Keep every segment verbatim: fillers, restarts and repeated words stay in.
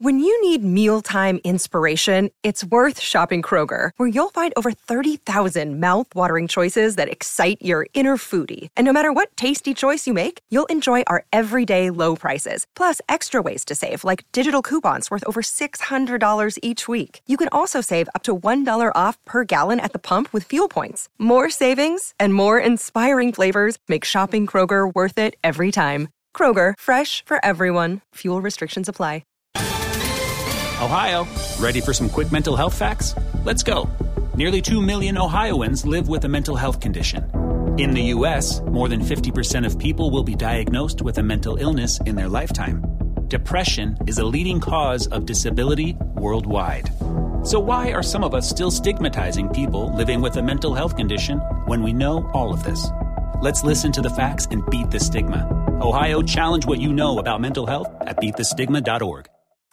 When you need mealtime inspiration, it's worth shopping Kroger, where you'll find over thirty thousand mouth-watering choices that excite your inner foodie. And no matter what tasty choice you make, you'll enjoy our everyday low prices, plus extra ways to save, like digital coupons worth over six hundred dollars each week. You can also save up to one dollar off per gallon at the pump with fuel points. More savings and more inspiring flavors make shopping Kroger worth it every time. Kroger, fresh for everyone. Fuel restrictions apply. Ohio, ready for some quick mental health facts? Let's go. Nearly two million Ohioans live with a mental health condition. In the U S, more than fifty percent of people will be diagnosed with a mental illness in their lifetime. Depression is a leading cause of disability worldwide. So why are some of us still stigmatizing people living with a mental health condition when we know all of this? Let's listen to the facts and beat the stigma. Ohio, challenge what you know about mental health at beat the stigma dot org.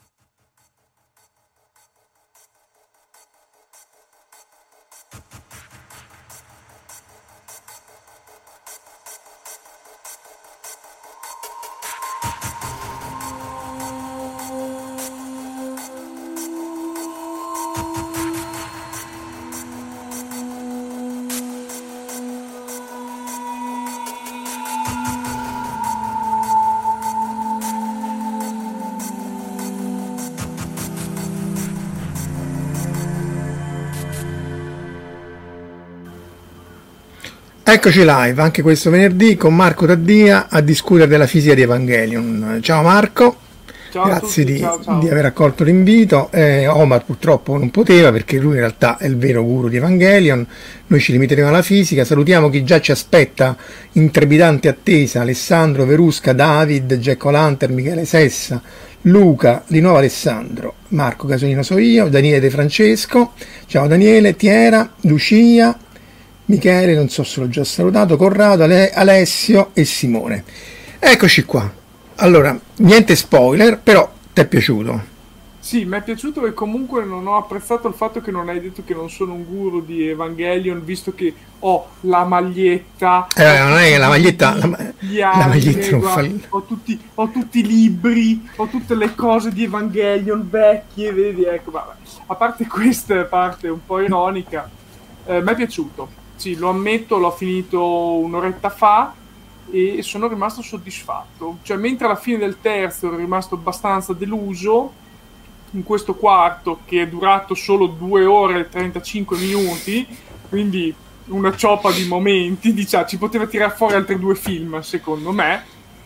Eccoci live anche questo venerdì con Marco Taddia a discutere della fisica di Evangelion. Ciao Marco, ciao grazie tutti, di, ciao, ciao. di aver accolto l'invito. eh, Omar purtroppo non poteva perché lui in realtà è il vero guru di Evangelion. Noi ci limiteremo alla fisica. Salutiamo chi già ci aspetta in trepidante attesa: Alessandro, Verusca, David, Jack O'Lantern, Michele Sessa, Luca, di nuovo Alessandro, Marco Casolino so io, Daniele De Francesco, ciao Daniele, Tiera, Lucia, Michele, non so se l'ho già salutato, Corrado, Ale- Alessio e Simone. Eccoci qua. Allora, niente spoiler, però ti è piaciuto? Sì, mi è piaciuto e comunque non ho apprezzato il fatto che non hai detto che non sono un guru di Evangelion, visto che ho la maglietta. Eh, non è che la maglietta, la, gli la anime, maglietta non guarda, fa... ho, tutti, ho tutti i libri, ho tutte le cose di Evangelion vecchie, vedi, ecco, vabbè. A parte questa parte un po' ironica, eh, mi è piaciuto. Sì, lo ammetto, l'ho finito un'oretta fa e sono rimasto soddisfatto. Cioè, mentre alla fine del terzo ero rimasto abbastanza deluso, in questo quarto, che è durato solo due ore e trentacinque minuti, quindi una cioppa di momenti, diciamo, ci poteva tirare fuori altri due film, secondo me.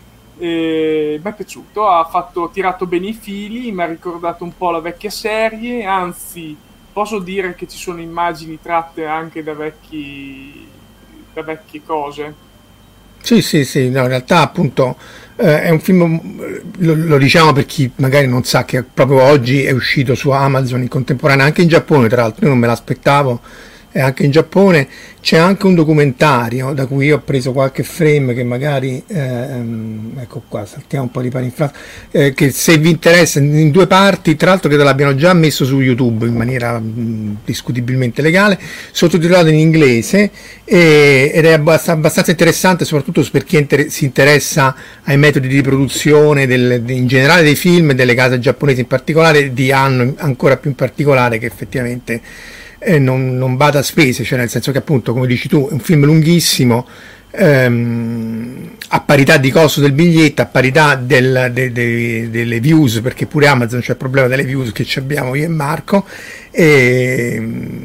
E mi è piaciuto, ha fatto, tirato bene i fili, mi ha ricordato un po' la vecchia serie, anzi... Posso dire che ci sono immagini tratte anche da vecchi da vecchie cose. Sì, sì, sì, no, in realtà appunto eh, è un film, lo, lo diciamo per chi magari non sa, che proprio oggi è uscito su Amazon in contemporanea, anche in Giappone tra l'altro, io non me l'aspettavo, e anche in Giappone c'è anche un documentario da cui io ho preso qualche frame che magari ehm, ecco qua, saltiamo un po' di pane in frasca, eh, che se vi interessa, in due parti, tra l'altro credo l'abbiano già messo su YouTube in maniera mh, discutibilmente legale, sottotitolato in inglese, e, ed è abbast- abbastanza interessante, soprattutto per chi inter- si interessa ai metodi di produzione del, in generale dei film, delle case giapponesi in particolare, di anno ancora più in particolare, che effettivamente Eh, non, non bada a spese, cioè nel senso che appunto, come dici tu, è un film lunghissimo, ehm, a parità di costo del biglietto, a parità del, de, de, delle views, perché pure Amazon c'è il problema delle views che ci abbiamo io e Marco, e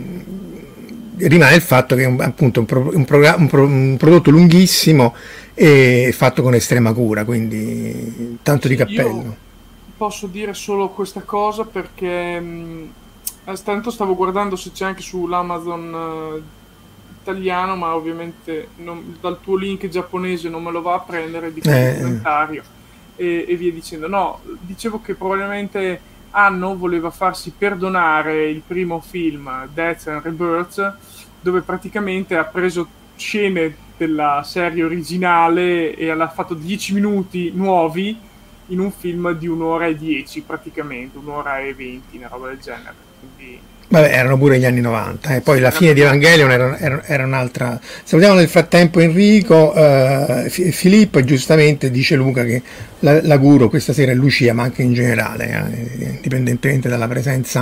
rimane il fatto che è un, appunto un, pro, un, pro, un, pro, un prodotto lunghissimo e fatto con estrema cura, quindi tanto di cappello. Io posso dire solo questa cosa perché mh, tanto stavo guardando se c'è anche sull'Amazon uh, italiano, ma ovviamente non, dal tuo link giapponese non me lo va a prendere di quel Eh. commentario e, e via dicendo. No, dicevo che probabilmente Anno voleva farsi perdonare il primo film, Death and Rebirth, dove praticamente ha preso scene della serie originale e l'ha fatto dieci minuti nuovi in un film di un'ora e dieci praticamente, un'ora e venti, una roba del genere. Quindi Vabbè, erano pure gli anni novanta, eh. Poi la fine di Evangelion era, era, era un'altra. Salutiamo nel frattempo Enrico, eh, Filippo, e giustamente dice Luca che la, la guru questa sera è Lucia, ma anche in generale, eh, indipendentemente dalla presenza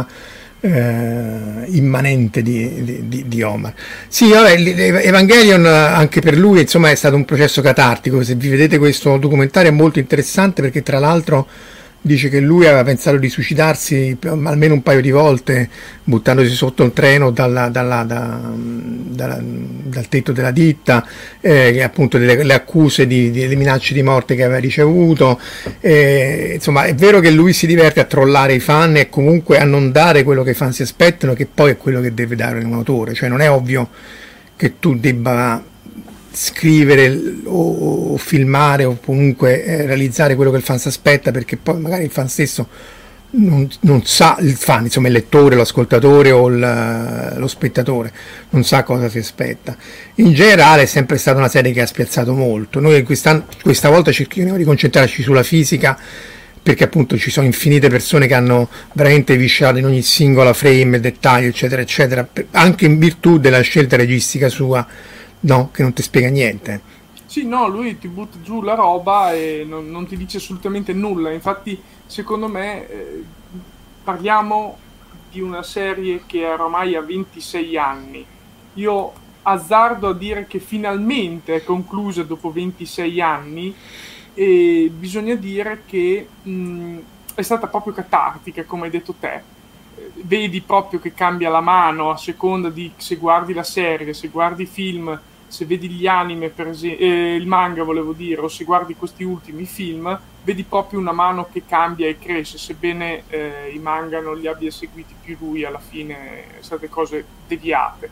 eh, immanente di, di, di, di Omar. Sì, vabbè, Evangelion anche per lui insomma è stato un processo catartico. Se vi vedete questo documentario è molto interessante, perché tra l'altro dice che lui aveva pensato di suicidarsi almeno un paio di volte buttandosi sotto un treno dalla, dalla, da, dalla, dal tetto della ditta, eh, appunto delle, le accuse di, di, di minacce di morte che aveva ricevuto. Eh, insomma, è vero che lui si diverte a trollare i fan e comunque a non dare quello che i fan si aspettano, che poi è quello che deve dare un autore. Cioè non è ovvio che tu debba scrivere o, o filmare o comunque eh, realizzare quello che il fan si aspetta, perché poi magari il fan stesso non, non sa, il fan, insomma il lettore, l'ascoltatore o il, lo spettatore non sa cosa si aspetta. In generale è sempre stata una serie che ha spiazzato molto. Noi questa, questa volta cerchiamo di concentrarci sulla fisica, perché appunto ci sono infinite persone che hanno veramente visciato in ogni singola frame, dettaglio eccetera eccetera, anche in virtù della scelta registica sua. No, che non ti spiega niente. Sì, no, lui ti butta giù la roba e non, non ti dice assolutamente nulla. Infatti, secondo me, eh, parliamo di una serie che ormai ha ventisei anni. Io azzardo a dire che finalmente è conclusa dopo ventisei anni, e bisogna dire che mh, è stata proprio catartica, come hai detto te. Vedi proprio che cambia la mano a seconda di se guardi la serie, se guardi i film, se vedi gli anime, per esempio, eh, il manga volevo dire, o se guardi questi ultimi film, vedi proprio una mano che cambia e cresce, sebbene eh, i manga non li abbia seguiti più lui, alla fine sono state cose deviate.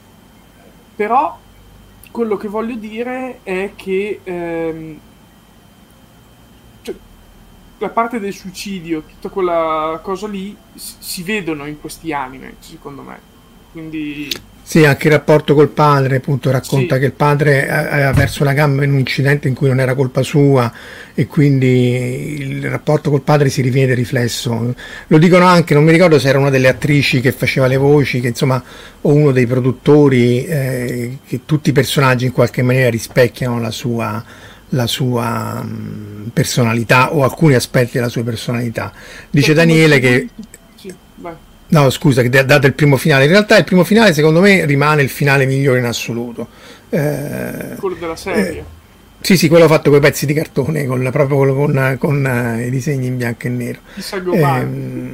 Però quello che voglio dire è che ehm, la parte del suicidio, tutta quella cosa lì si vedono in questi anime, secondo me. Quindi sì, anche il rapporto col padre, appunto racconta sì. che il padre aveva perso la gamba in un incidente in cui non era colpa sua, e quindi il rapporto col padre si rivede riflesso. Lo dicono anche, non mi ricordo se era una delle attrici che faceva le voci, che insomma, o uno dei produttori, eh, che tutti i personaggi in qualche maniera rispecchiano la sua la sua um, personalità, o alcuni aspetti della sua personalità. Dice Daniele che sì, vai. no scusa che dato il primo finale, in realtà il primo finale secondo me rimane il finale migliore in assoluto, eh, quello della serie. eh, sì sì, quello fatto con i pezzi di cartone, con, proprio con, con, con uh, i disegni in bianco e nero. eh,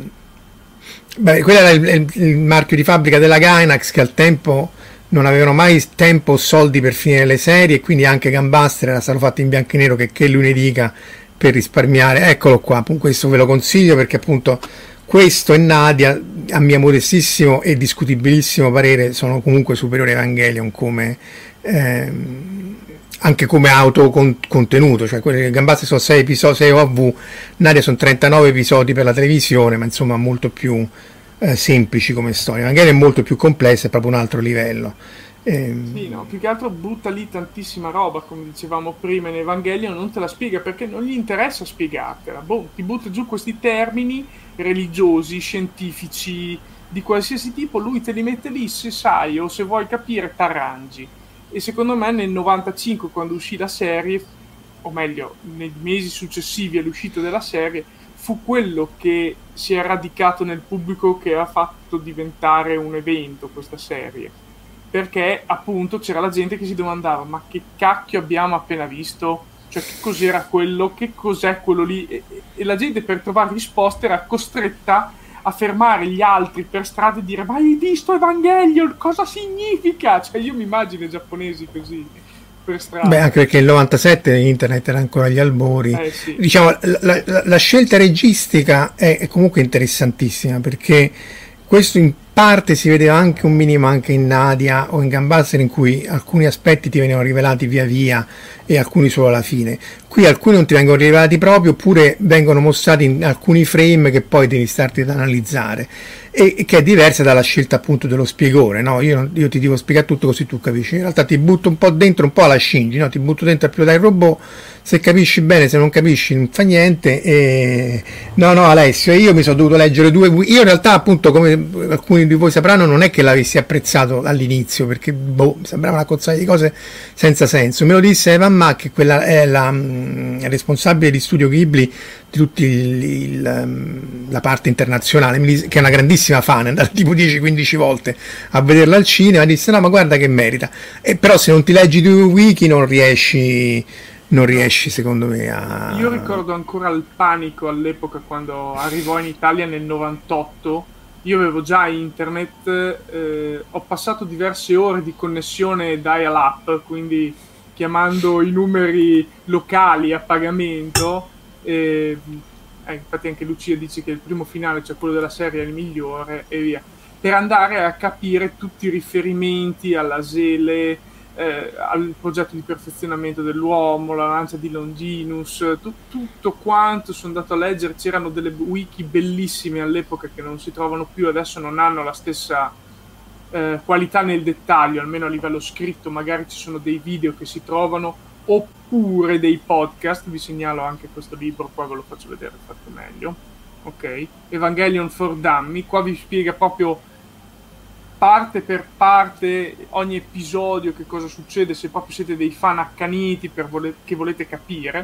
beh, quello era il, il, il marchio di fabbrica della Gainax, che al tempo non avevano mai tempo o soldi per finire le serie, e quindi anche Gambaster era stato fatto in bianco e nero, che, che lui ne dica, per risparmiare. Eccolo qua, questo ve lo consiglio, perché appunto questo e Nadia, a mio modestissimo e discutibilissimo parere, sono comunque superiori a Evangelion come ehm, anche come autocontenuto. Cioè quelli Gambaster sono sei episodi, sei O A V, Nadia sono trentanove episodi per la televisione, ma insomma molto più Eh, semplici come storia. Magari è molto più complessa, è proprio un altro livello. Ehm... Sì, no, più che altro butta lì tantissima roba, come dicevamo prima. In Evangelion non te la spiega perché non gli interessa spiegartela. Boh, ti butta giù questi termini religiosi, scientifici, di qualsiasi tipo, lui te li mette lì, se sai o se vuoi capire t'arrangi. E secondo me nel novantacinque, quando uscì la serie, o meglio nei mesi successivi all'uscita della serie, fu quello che si è radicato nel pubblico, che ha fatto diventare un evento questa serie, perché appunto c'era la gente che si domandava: ma che cacchio abbiamo appena visto? Cioè, che cos'era quello? Che cos'è quello lì? E, e la gente, per trovare risposte, era costretta a fermare gli altri per strada e dire: ma hai visto Evangelion? Cosa significa? Cioè, io mi immagino i giapponesi così per strada. Beh, anche perché nel novantasette internet era ancora agli albori. Eh, sì. Diciamo, la, la, la scelta registica è, è comunque interessantissima, perché questo in parte si vedeva anche un minimo anche in Nadia o in Gambaster, in cui alcuni aspetti ti venivano rivelati via via e alcuni solo alla fine. Qui alcuni non ti vengono rivelati proprio, oppure vengono mostrati in alcuni frame che poi devi starti ad analizzare, e, e che è diversa dalla scelta appunto dello spiegone, no? Io, io ti devo spiegare tutto così tu capisci. In realtà ti butto un po' dentro, un po' alla Shinji, no? Ti butto dentro a pilotare il robot, se capisci bene, se non capisci non fa niente. E... no no Alessio, io mi sono dovuto leggere due, io in realtà appunto, come alcuni di voi sapranno, non è che l'avessi apprezzato all'inizio, perché boh, sembrava una cozzaglia di cose senza senso. Me lo disse Evan Ma, che quella è la mh, responsabile di Studio Ghibli di tutta la parte internazionale, che è una grandissima fan, è andata tipo dieci quindici volte a vederla al cinema, disse no ma guarda che merita, e però se non ti leggi due wiki non riesci non riesci secondo me a... Io ricordo ancora il panico all'epoca quando arrivò in Italia nel novantotto. Io avevo già internet, eh, ho passato diverse ore di connessione dial-up, quindi chiamando i numeri locali a pagamento. Eh, eh, infatti anche Lucia dice che il primo finale, cioè quello della serie, è il migliore e via, per andare a capire tutti i riferimenti alla Sele, eh, al progetto di perfezionamento dell'uomo, la lancia di Longinus, tu, tutto quanto sono andato a leggere. C'erano delle wiki bellissime all'epoca che non si trovano più, adesso non hanno la stessa eh, qualità nel dettaglio, almeno a livello scritto. Magari ci sono dei video che si trovano, oppure dei podcast. Vi segnalo anche questo libro qua, ve lo faccio vedere fatto meglio, ok? Evangelion for Dummy. Qua vi spiega proprio parte per parte ogni episodio, che cosa succede, se proprio siete dei fan accaniti per vole- che volete capire.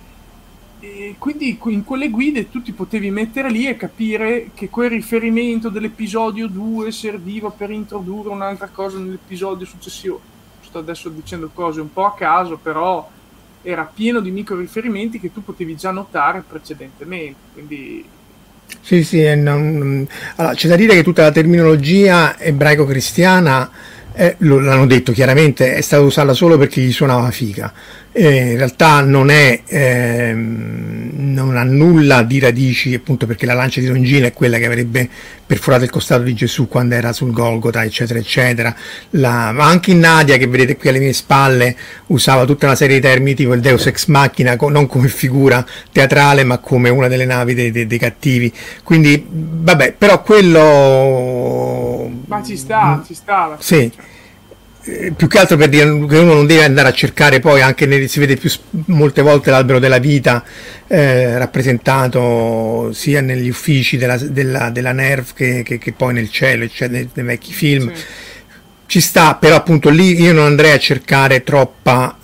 E quindi in quelle guide tu ti potevi mettere lì e capire che quel riferimento dell'episodio due serviva per introdurre un'altra cosa nell'episodio successivo. Sto adesso dicendo cose un po' a caso, però era pieno di micro riferimenti che tu potevi già notare precedentemente, quindi... Sì, sì, non... allora, c'è da dire che tutta la terminologia ebraico-cristiana, eh, lo, l'hanno detto chiaramente, è stata usata solo perché gli suonava figa. Eh, in realtà non è, ehm, non ha nulla di radici, appunto perché la lancia di Longino è quella che avrebbe perforato il costato di Gesù quando era sul Golgota, eccetera, eccetera. La, ma anche in Nadia, che vedete qui alle mie spalle, usava tutta una serie di termini tipo il Deus Ex Machina, co- non come figura teatrale, ma come una delle navi dei, dei, dei cattivi. Quindi, vabbè, però quello... Ma ci sta, ci sta. Sì. Eh, più che altro per dire che uno non deve andare a cercare, poi anche nel, si vede più molte volte l'albero della vita eh, rappresentato sia negli uffici della, della, della Nerv che, che, che poi nel cielo, cioè nei, nei vecchi film. Sì. Ci sta, però appunto lì io non andrei a cercare troppa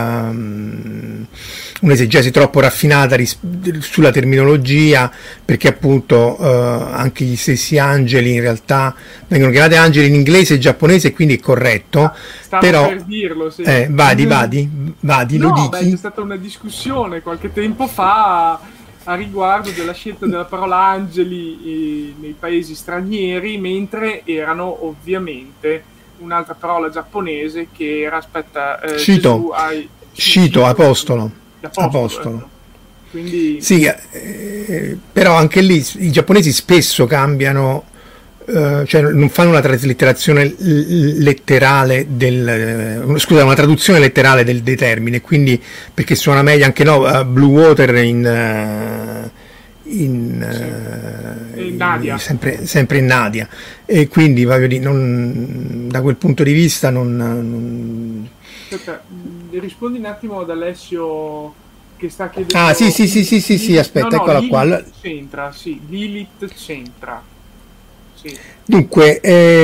ehm, un'esegesi troppo raffinata ris- sulla terminologia, perché appunto eh, anche gli stessi angeli in realtà vengono chiamati angeli in inglese e giapponese, quindi è corretto. Stavo però per dirlo, sì. eh, vadi, vadi, vadi, no, lo dichi. Beh, c'è stata una discussione qualche tempo fa a riguardo della scelta della parola angeli eh, nei paesi stranieri, mentre erano ovviamente un'altra parola giapponese che era, aspetta, eh, Shito, ai, Shito, apostolo, apostolo, apostolo. Ecco. Quindi... sì, eh, però anche lì i giapponesi spesso cambiano, eh, cioè non fanno una traslitterazione letterale del, eh, scusa, una traduzione letterale del, dei termini, quindi perché suona meglio anche no, uh, Blue Water in... Uh, In, sì. in Nadia, in, sempre, sempre in Nadia, e quindi voglio dire, non, da quel punto di vista non, non... Aspetta, rispondi un attimo ad Alessio che sta chiedendo. Ah sì sì sì sì sì, sì aspetta, no, no, eccola Lilith qua. C'entra, sì, Lilith c'entra. Sì. Dunque,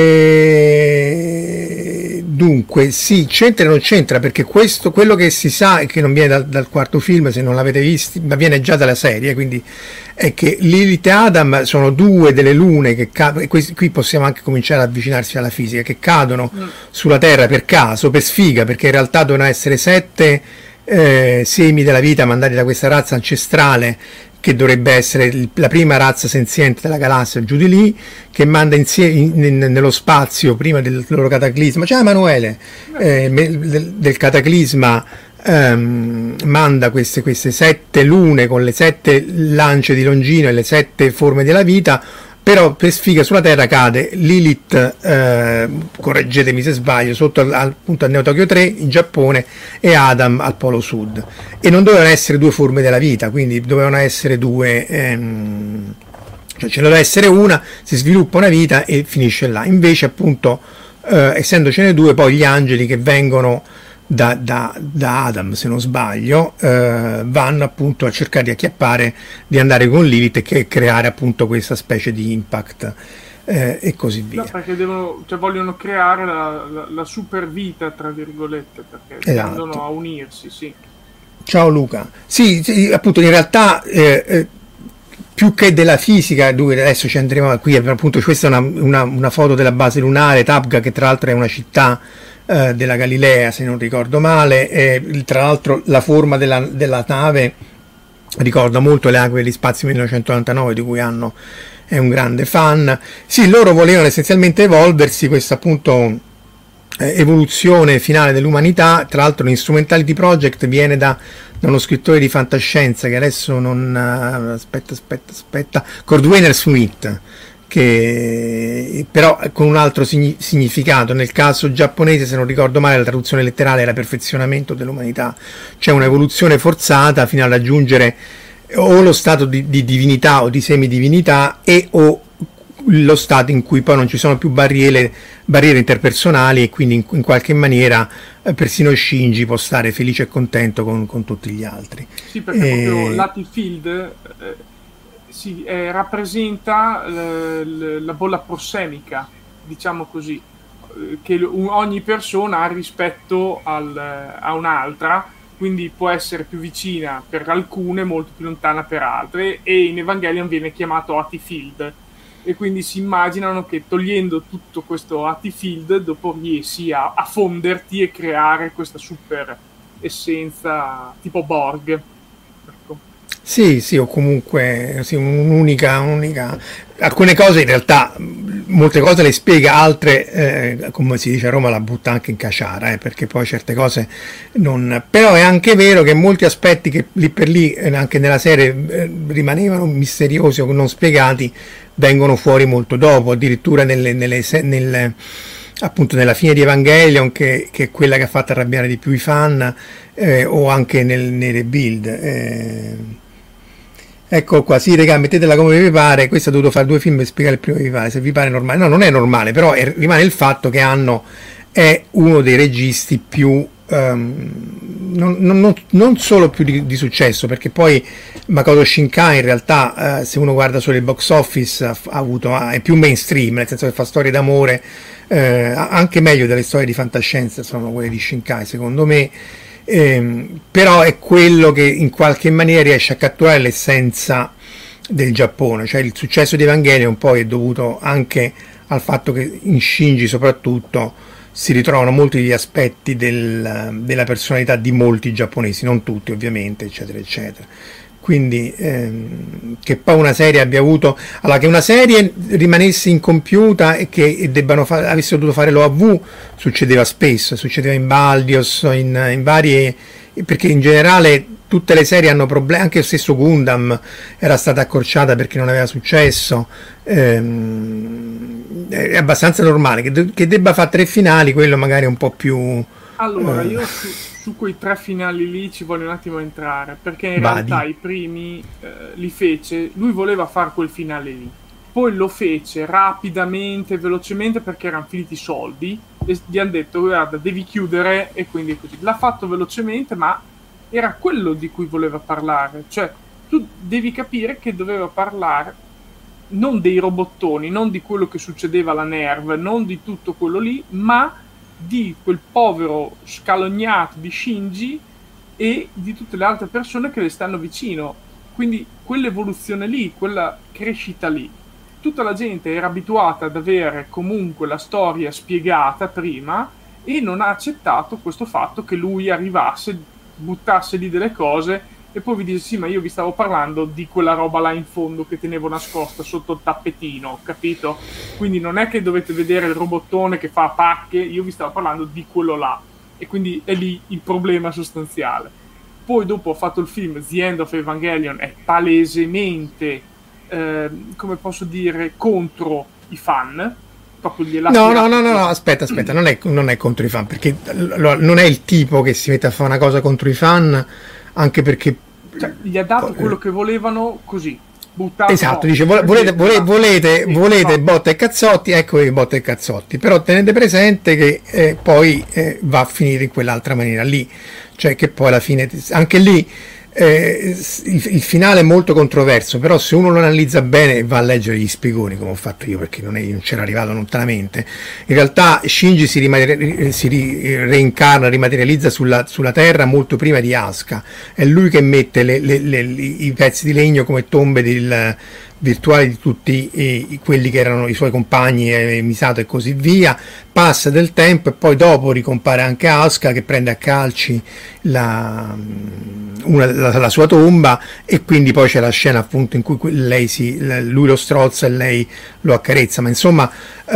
eh, dunque, sì, c'entra e non c'entra, perché questo, quello che si sa e che non viene dal, dal quarto film, se non l'avete visto, ma viene già dalla serie, quindi è che Lilith e Adam sono due delle lune che cadono, e qui, qui possiamo anche cominciare ad avvicinarsi alla fisica, che cadono mm. sulla Terra per caso, per sfiga, perché in realtà devono essere sette eh, semi della vita mandati da questa razza ancestrale, che dovrebbe essere la prima razza senziente della galassia, giù di lì, che manda insieme in, in, nello spazio prima del loro cataclisma. Ciao Emanuele, eh, del, del cataclisma ehm, manda queste, queste sette lune con le sette lance di Longino e le sette forme della vita però per sfiga sulla Terra cade Lilith, eh, correggetemi se sbaglio, sotto al, al, appunto a Neo Tokyo tre in Giappone, e Adam al Polo Sud, e non dovevano essere due forme della vita, quindi dovevano essere due, ehm, cioè ce ne deve essere una, si sviluppa una vita e finisce là. Invece appunto eh, essendocene due, poi gli angeli che vengono Da, da, da Adam, se non sbaglio, eh, vanno appunto a cercare di acchiappare, di andare con Lilith e che creare appunto questa specie di impact, eh, e così via. No, perché devono, cioè vogliono creare la, la, la super vita, tra virgolette, perché esatto. tendono a unirsi, sì. Ciao Luca. Sì, sì, appunto in realtà eh, eh, più che della fisica, dove adesso ci andremo qui, appunto questa è una, una, una foto della base lunare Tabga, che tra l'altro è una città Uh, della Galilea, se non ricordo male, e tra l'altro la forma della, della nave ricorda molto le acque degli spazi millenovecentonovantanove, di cui Anno è un grande fan. Sì, loro volevano essenzialmente evolversi, questa appunto eh, evoluzione finale dell'umanità. Tra l'altro l'Instrumentality Project viene da, da uno scrittore di fantascienza che adesso non uh, aspetta aspetta aspetta Cordwainer Smith, che però con un altro signi- significato. Nel caso giapponese, se non ricordo male, la traduzione letterale era perfezionamento dell'umanità, cioè un'evoluzione forzata fino a raggiungere o lo stato di, di divinità o di semidivinità, e o lo stato in cui poi non ci sono più barriere, barriere interpersonali, e quindi in, in qualche maniera eh, persino Shinji può stare felice e contento con, con tutti gli altri. Sì, perché e... proprio Latifield eh, si eh, rappresenta eh, l- la bolla prossemica, diciamo così, eh, che l- ogni persona ha rispetto al, a un'altra, quindi può essere più vicina per alcune, molto più lontana per altre, e in Evangelion viene chiamato Atifield, e quindi si immaginano che togliendo tutto questo Atifield dopo riesci a, a fonderti e creare questa super essenza tipo Borg, ecco. Sì, sì, o comunque sì, un'unica, un'unica. Alcune cose in realtà, molte cose le spiega, altre, eh, come si dice a Roma, la butta anche in caciara, eh, perché poi certe cose non. Però è anche vero che molti aspetti che lì per lì, eh, anche nella serie, eh, rimanevano misteriosi o non spiegati, vengono fuori molto dopo, addirittura nelle, nelle, nelle appunto nella fine di Evangelion, che, che è quella che ha fatto arrabbiare di più i fan, eh, o anche nel, nei rebuild. Eh. Ecco qua, sì regà, mettetela come vi pare. Questo ha dovuto fare due film per spiegare il primo che vi pare, se vi pare normale. No, non è normale, però è, rimane il fatto che Anno è uno dei registi più um, non, non, non solo più di, di successo, perché poi Makoto Shinkai in realtà, uh, se uno guarda solo il box office, ha, ha avuto, uh, è più mainstream, nel senso che fa storie d'amore, uh, anche meglio delle storie di fantascienza sono quelle di Shinkai, secondo me. Eh, però è quello che in qualche maniera riesce a catturare l'essenza del Giappone, cioè il successo di Evangelion poi è dovuto anche al fatto che in Shinji soprattutto si ritrovano molti degli aspetti del, della personalità di molti giapponesi, non tutti ovviamente, eccetera eccetera. Quindi ehm, che poi una serie abbia avuto, allora che una serie rimanesse incompiuta e che e debbano fa- avessero dovuto fare l'O A V succedeva spesso, succedeva in Baldios, in, in varie, perché in generale tutte le serie hanno problemi, anche lo stesso Gundam era stata accorciata perché non aveva successo, ehm, è abbastanza normale che, de- che debba fare tre finali, quello magari è un po' più. Allora, eh. io su, su quei tre finali lì ci voglio un attimo entrare, perché in Vadi. realtà i primi eh, li fece, lui voleva fare quel finale lì, poi lo fece rapidamente, velocemente, perché erano finiti i soldi, e gli hanno detto guarda devi chiudere, e quindi è così. L'ha fatto velocemente, ma era quello di cui voleva parlare, cioè tu devi capire che doveva parlare non dei robottoni, non di quello che succedeva alla Nerve, non di tutto quello lì, ma di quel povero scalognato di Shinji e di tutte le altre persone che le stanno vicino. Quindi quell'evoluzione lì, quella crescita lì, tutta la gente era abituata ad avere comunque la storia spiegata prima e non ha accettato questo fatto che lui arrivasse, buttasse lì delle cose e poi vi dice sì, ma io vi stavo parlando di quella roba là in fondo che tenevo nascosta sotto il tappetino, capito? Quindi non è che dovete vedere il robottone che fa pacche, io vi stavo parlando di quello là, e quindi è lì il problema sostanziale. Poi dopo ho fatto il film The End of Evangelion, è palesemente eh, come posso dire, contro i fan. No, no, no, no, no, aspetta, aspetta, non è, non è contro i fan, perché lo, non è il tipo che si mette a fare una cosa contro i fan, anche perché... Cioè, gli ha dato quello che volevano così, buttato. Esatto, dice, volete, volete, volete, volete botte e cazzotti, ecco i botte e cazzotti, però tenete presente che eh, poi eh, va a finire in quell'altra maniera lì, cioè che poi alla fine, anche lì, Eh, il, il finale è molto controverso, però se uno lo analizza bene va a leggere gli spiegoni, come ho fatto io, perché non, è, non c'era arrivato lontanamente. In realtà Shinji si, rimater- si ri- reincarna, rimaterializza sulla, sulla terra molto prima di Asuka, è lui che mette le, le, le, i pezzi di legno come tombe del, virtuali di tutti i, quelli che erano i suoi compagni, eh, Misato e così via. Passa del tempo e poi dopo ricompare anche Asuka che prende a calci la, una, la, la sua tomba, e quindi poi c'è la scena appunto in cui lei si, lui lo strozza e lei lo accarezza, ma insomma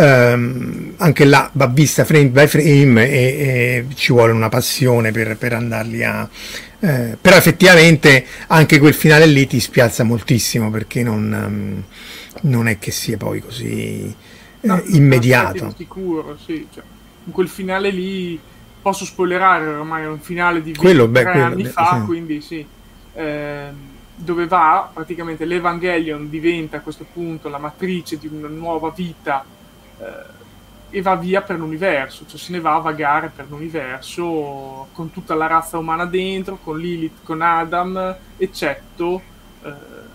ehm, anche là va vista frame by frame e, e ci vuole una passione per, per andarli a eh, però effettivamente anche quel finale lì ti spiazza moltissimo, perché non, um, non è che sia poi così No, eh, immediato. Sicuro, sì. Cioè, in quel finale lì posso spoilerare, ormai è un finale di quello, beh, tre quello, anni beh, fa, sì. Quindi sì, eh, dove va praticamente l'Evangelion diventa a questo punto la matrice di una nuova vita, eh, e va via per l'universo, cioè se ne va a vagare per l'universo con tutta la razza umana dentro, con Lilith, con Adam, eccetto eh,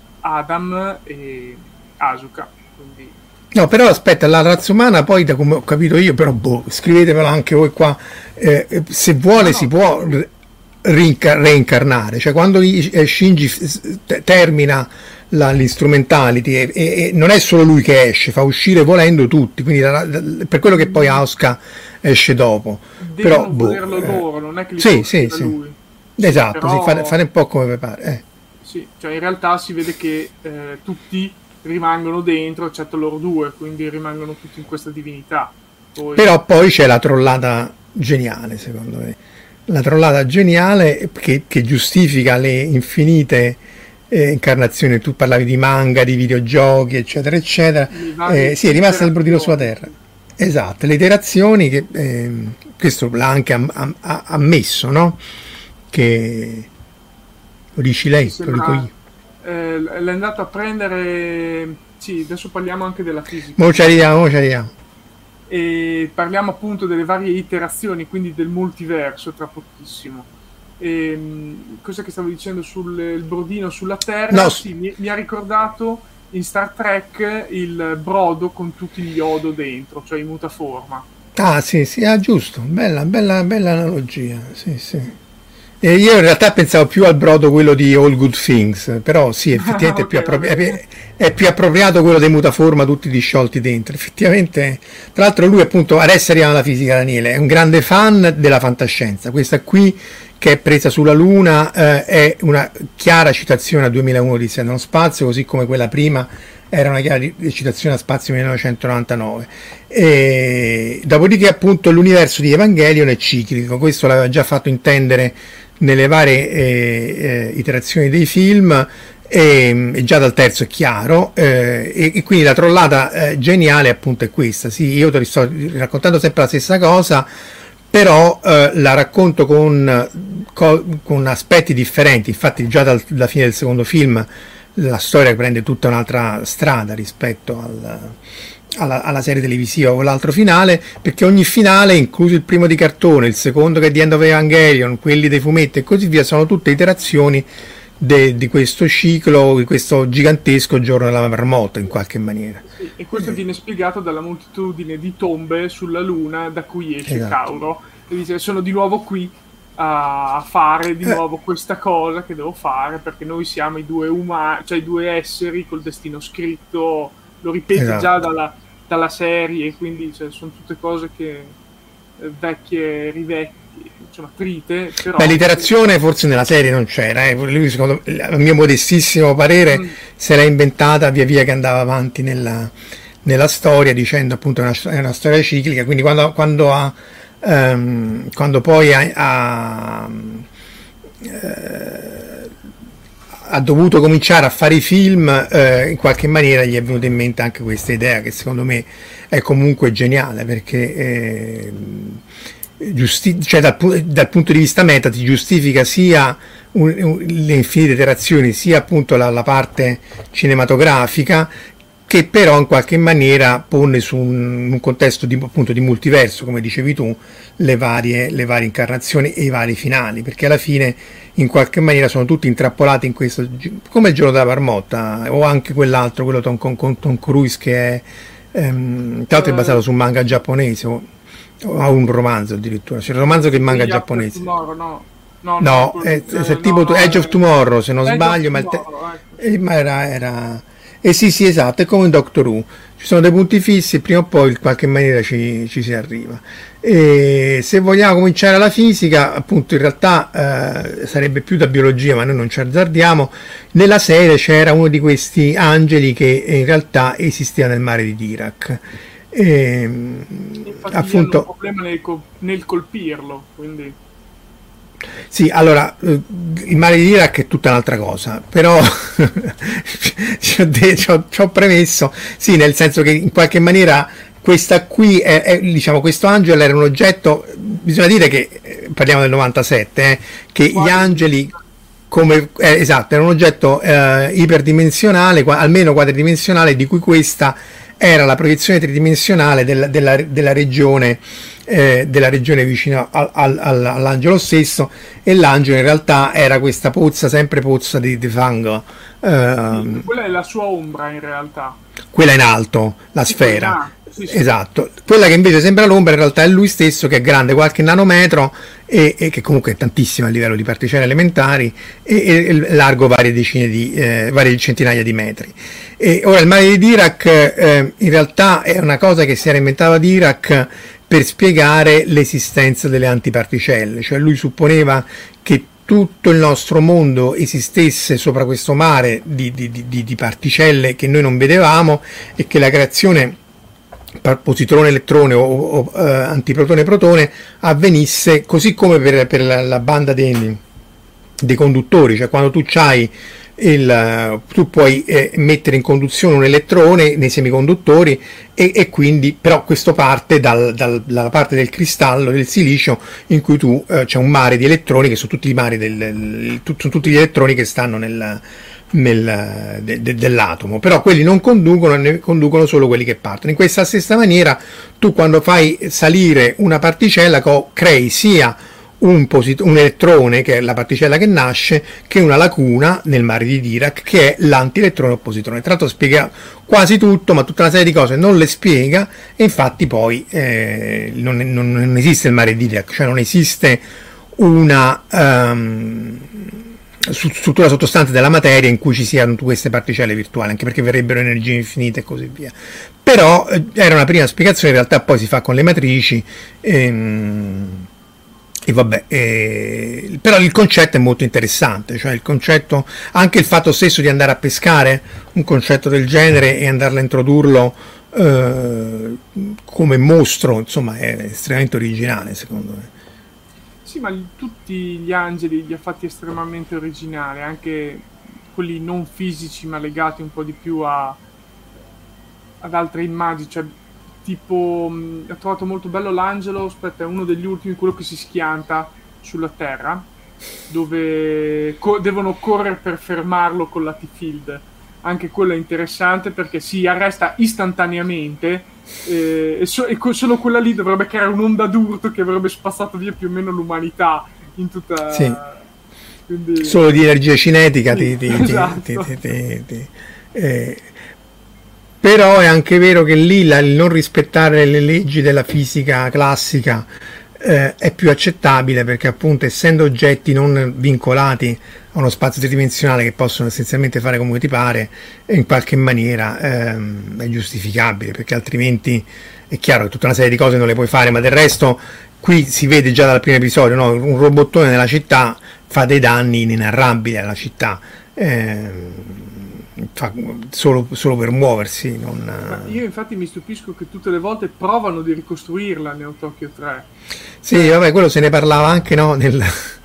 Adam e Asuka, quindi No, però aspetta, la razza umana poi, da come ho capito io, però boh, scrivetemelo anche voi qua, eh, se vuole no, no, si può rinca- reincarnare, cioè quando Shinji f- termina la, l'instrumentality e, e, e non è solo lui che esce, fa uscire volendo tutti, quindi la, la, per quello che poi Asuka esce dopo. Devono però boh, volerlo loro, non è che li sì, sì, sì. sì. lui. Esatto, Però, sì, fare, fare un po' come pare. Eh. Sì, cioè in realtà si vede che eh, tutti rimangono dentro, eccetto loro due, quindi rimangono tutti in questa divinità. Poi... Però poi c'è la trollata geniale, secondo me. La trollata geniale che, che giustifica le infinite eh, incarnazioni. Tu parlavi di manga, di videogiochi, eccetera, eccetera. Eh, sì, è rimasta il brodino sulla terra. Esatto, le iterazioni che eh, questo l'ha anche am, am, am, ammesso, no? Che lo dici lei, sembra... lo dico io. Eh, l'è andato a prendere, sì, adesso parliamo anche della fisica. Mo ci arriviamo, mo ci arriviamo. E parliamo appunto delle varie iterazioni, quindi del multiverso tra pochissimo. E, cosa che stavo dicendo sul il brodino sulla Terra? No. Sì, mi, mi ha ricordato in Star Trek il brodo con tutti gli Yodo dentro, cioè in mutaforma. Ah sì, sì, ah, giusto, bella, bella, bella analogia, sì, sì. E io in realtà pensavo più al brodo quello di All Good Things, però sì, effettivamente okay, è, più appropri- è, è più appropriato quello dei mutaforma tutti disciolti dentro. Effettivamente, tra l'altro lui appunto, adesso arriviamo alla fisica, Daniele, è un grande fan della fantascienza. Questa qui che è presa sulla Luna eh, è una chiara citazione a duemilauno di Nello Spazio, così come quella prima era una chiara citazione a Spazio millenovecentonovantanove. E dopodiché appunto l'universo di Evangelion è ciclico, questo l'aveva già fatto intendere nelle varie eh, eh, iterazioni dei film, e, e già dal terzo è chiaro, eh, e, e quindi la trollata eh, geniale appunto è questa. Sì, io te li sto raccontando sempre la stessa cosa, però eh, la racconto con, con, con aspetti differenti. Infatti già dal, dalla fine del secondo film la storia prende tutta un'altra strada rispetto al, alla, alla serie televisiva o l'altro finale, perché ogni finale, incluso il primo di cartone, il secondo che è The End of Evangelion, quelli dei fumetti e così via, sono tutte iterazioni de, di questo ciclo, di questo gigantesco giorno della marmotta in qualche maniera. Sì, e questo eh. viene spiegato dalla moltitudine di tombe sulla Luna da cui esce esatto. Kauro e dice: sono di nuovo qui a fare di nuovo questa cosa che devo fare, perché noi siamo i due umani, cioè i due esseri col destino scritto, lo ripete esatto. già dalla, dalla serie, quindi cioè, sono tutte cose che eh, vecchie, rivecchie, insomma trite, però... Beh, l'iterazione forse nella serie non c'era, eh. Lui, secondo a mio modestissimo parere, mm. se l'ha inventata via via che andava avanti nella, nella storia, dicendo appunto è una, è una storia ciclica, quindi quando, quando ha Um, quando poi ha, ha, uh, ha dovuto cominciare a fare i film, eh, in qualche maniera gli è venuta in mente anche questa idea che secondo me è comunque geniale, perché eh, giusti- cioè dal, dal punto di vista meta ti giustifica sia un, un, le infinite iterazioni, sia appunto la, la parte cinematografica, che però in qualche maniera pone su un, un contesto di, appunto, di multiverso, come dicevi tu, le varie, le varie incarnazioni e i vari finali, perché alla fine in qualche maniera sono tutti intrappolati in questo, come il giorno della marmotta, o anche quell'altro, quello Tom, con, con Tom Cruise, che è ehm, tra l'altro è basato su un manga giapponese, o, o ha un romanzo addirittura, c'è il romanzo che è il manga giapponese. Tomorrow, no. No, no, no, è, quello, è, è no, tipo no, Edge of Tomorrow, se non Edge sbaglio, ma, Tomorrow, te, eh, ma era... era Eh sì, sì, esatto, è come in Doctor Who, ci sono dei punti fissi e prima o poi in qualche maniera ci, ci si arriva. E se vogliamo cominciare la fisica, appunto in realtà eh, sarebbe più da biologia, ma noi non ci azzardiamo. Nella serie c'era uno di questi angeli che in realtà esisteva nel mare di Dirac. E, infatti appunto, hanno un problema nel, col- nel colpirlo, quindi... Sì, allora, eh, il mare di Dirac è tutta un'altra cosa, però ci, ho de- ci, ho, ci ho premesso, sì, nel senso che in qualche maniera questa qui, è, è, diciamo, questo angelo era un oggetto, bisogna dire che, eh, parliamo del novantasette, eh, che Quasi. gli angeli, come, eh, esatto, era un oggetto eh, iperdimensionale, qua, almeno quadridimensionale, di cui questa era la proiezione tridimensionale del, della, della regione Eh, della regione vicino al, al, all'angelo stesso, e l'angelo in realtà era questa pozza, sempre pozza di, di fango. Sì, quella è la sua ombra in realtà. Quella in alto, la sì, sfera. Sì, sì. Esatto. Quella che invece sembra l'ombra in realtà è lui stesso, che è grande qualche nanometro e, e che comunque è tantissimo a livello di particelle elementari e, e largo varie decine di eh, varie centinaia di metri. E ora il mare di Dirac eh, in realtà è una cosa che si era inventata Dirac per spiegare l'esistenza delle antiparticelle, cioè lui supponeva che tutto il nostro mondo esistesse sopra questo mare di, di, di, di particelle che noi non vedevamo, e che la creazione positrone-elettrone o, o eh, antiprotone-protone avvenisse così come per, per la, la banda dei, dei conduttori, cioè quando tu c'hai il, tu puoi eh, mettere in conduzione un elettrone nei semiconduttori e, e quindi però questo parte dal, dal, dalla parte del cristallo del silicio in cui tu eh, c'è un mare di elettroni che sono tutti i mari del, tu, sono tutti gli elettroni che stanno nel, nel, de, de, dell'atomo, però quelli non conducono, ne conducono solo quelli che partono. In questa stessa maniera tu, quando fai salire una particella, co- crei sia Un, posit- un elettrone, che è la particella che nasce, che una lacuna nel mare di Dirac, che è l'antielettrone o positrone. Tra l'altro spiega quasi tutto, ma tutta una serie di cose non le spiega, e infatti poi eh, non, non, non esiste il mare di Dirac, cioè non esiste una um, struttura sottostante della materia in cui ci siano queste particelle virtuali, anche perché verrebbero energie infinite e così via. Però eh, era una prima spiegazione, in realtà poi si fa con le matrici ehm, E vabbè, eh, però il concetto è molto interessante, cioè il concetto, anche il fatto stesso di andare a pescare un concetto del genere e andarlo a introdurlo eh, come mostro, insomma, è estremamente originale, secondo me. Sì, ma tutti gli angeli li ha fatti estremamente originali, anche quelli non fisici ma legati un po' di più a, ad altre immagini, cioè tipo, mh, ho trovato molto bello l'angelo, aspetta, è uno degli ultimi, quello che si schianta sulla terra, dove co- devono correre per fermarlo con la T-Field. Anche quello è interessante perché si arresta istantaneamente eh, e, so- e co- solo quella lì dovrebbe creare un'onda d'urto che avrebbe spazzato via più o meno l'umanità in tutta... Sì. Quindi... Solo di energia cinetica sì, ti... ti, esatto. ti, ti, ti, ti eh. Però è anche vero che lì la, il non rispettare le leggi della fisica classica eh, è più accettabile, perché appunto, essendo oggetti non vincolati a uno spazio tridimensionale che possono essenzialmente fare come ti pare, in qualche maniera ehm, è giustificabile, perché altrimenti è chiaro che tutta una serie di cose non le puoi fare. Ma del resto qui si vede già dal primo episodio, no? Un robottone nella città fa dei danni inenarrabili alla città. Ehm, Fa solo, solo per muoversi. Non... Ma io infatti mi stupisco che tutte le volte provano di ricostruirla Neo Tokyo tre. Sì, vabbè, quello se ne parlava anche, no, nel,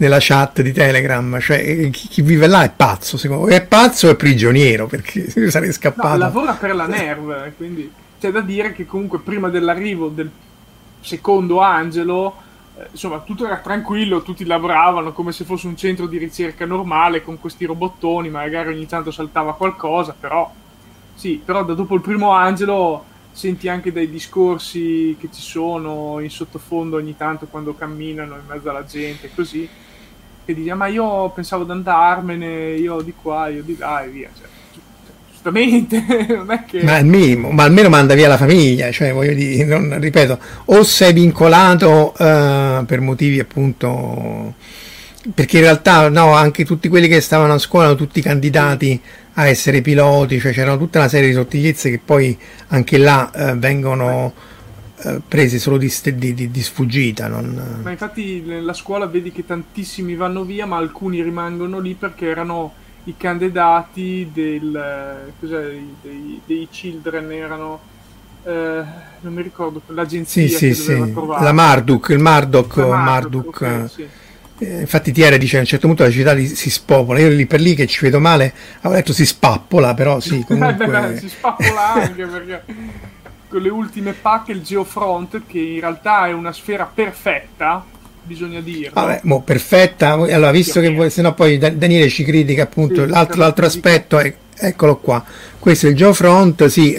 nella chat di Telegram, cioè chi, chi vive là è pazzo, secondo me è pazzo e prigioniero, perché io sarei scappato. No, lavora per la Nerv, quindi c'è da dire che comunque prima dell'arrivo del secondo Angelo, eh, insomma, tutto era tranquillo, tutti lavoravano come se fosse un centro di ricerca normale con questi robottoni, magari ogni tanto saltava qualcosa, però sì, però da dopo il primo Angelo senti anche dai discorsi che ci sono in sottofondo ogni tanto quando camminano in mezzo alla gente, così, che dice: ma io pensavo di andarmene, io di qua, io di là e via, cioè, giustamente, non è che... Ma, al minimo, ma almeno manda via la famiglia, cioè voglio dire, non, ripeto, o sei vincolato uh, per motivi appunto, perché in realtà no, anche tutti quelli che stavano a scuola erano tutti candidati a essere piloti, cioè c'erano tutta una serie di sottigliezze che poi anche là uh, vengono uh, prese solo di, di, di, di sfuggita. Non... Ma infatti nella scuola vedi che tantissimi vanno via, ma alcuni rimangono lì perché erano i candidati del cos'è, dei, dei Children, erano eh, non mi ricordo l'agenzia sì, che sì, doveva sì. trovare. La Marduk, il Marduk, La Marduk, okay, sì. eh, infatti Tiere dice a un certo punto la città li, si spopola, io lì per lì che ci vedo male avevo detto si spappola, però sì, comunque beh, si spappola anche perché con le ultime pacche il Geofront, che in realtà è una sfera perfetta, bisogna dirlo. Vabbè, mo, perfetta. Allora, visto che vuoi, sennò poi Daniele ci critica appunto, sì, l'altro, l'altro aspetto è, eccolo qua, questo è il Geofront, sì,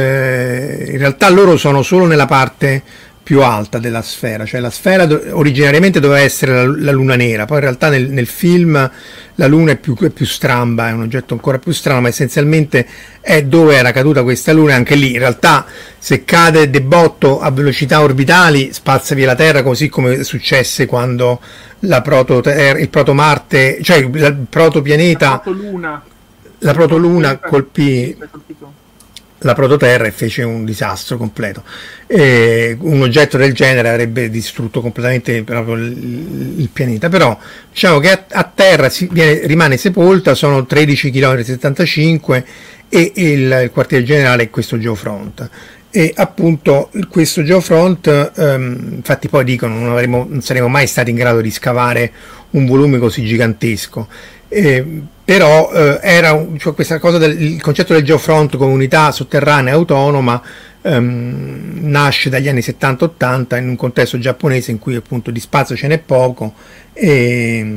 eh, in realtà loro sono solo nella parte più alta della sfera, cioè la sfera do- originariamente doveva essere la, la luna nera, poi in realtà nel, nel film la luna è più, è più stramba, è un oggetto ancora più strano, ma essenzialmente è dove era caduta questa luna, e anche lì in realtà se cade de botto a velocità orbitali spazza via la Terra, così come successe quando la proto il protomarte, cioè il protopianeta, la protoluna, la protoluna colpì la prototerra e fece un disastro completo. E un oggetto del genere avrebbe distrutto completamente proprio il, il pianeta, però diciamo che a, a terra si viene, rimane sepolta, sono tredici virgola settantacinque chilometri e il, il quartier generale è questo Geofront. E appunto questo Geofront, um, infatti poi dicono non, avremo, non saremo mai stati in grado di scavare un volume così gigantesco. Eh, però eh, era cioè questa cosa del il concetto del Geofront come unità sotterranea autonoma ehm, nasce dagli anni settanta ottanta in un contesto giapponese in cui appunto di spazio ce n'è poco e,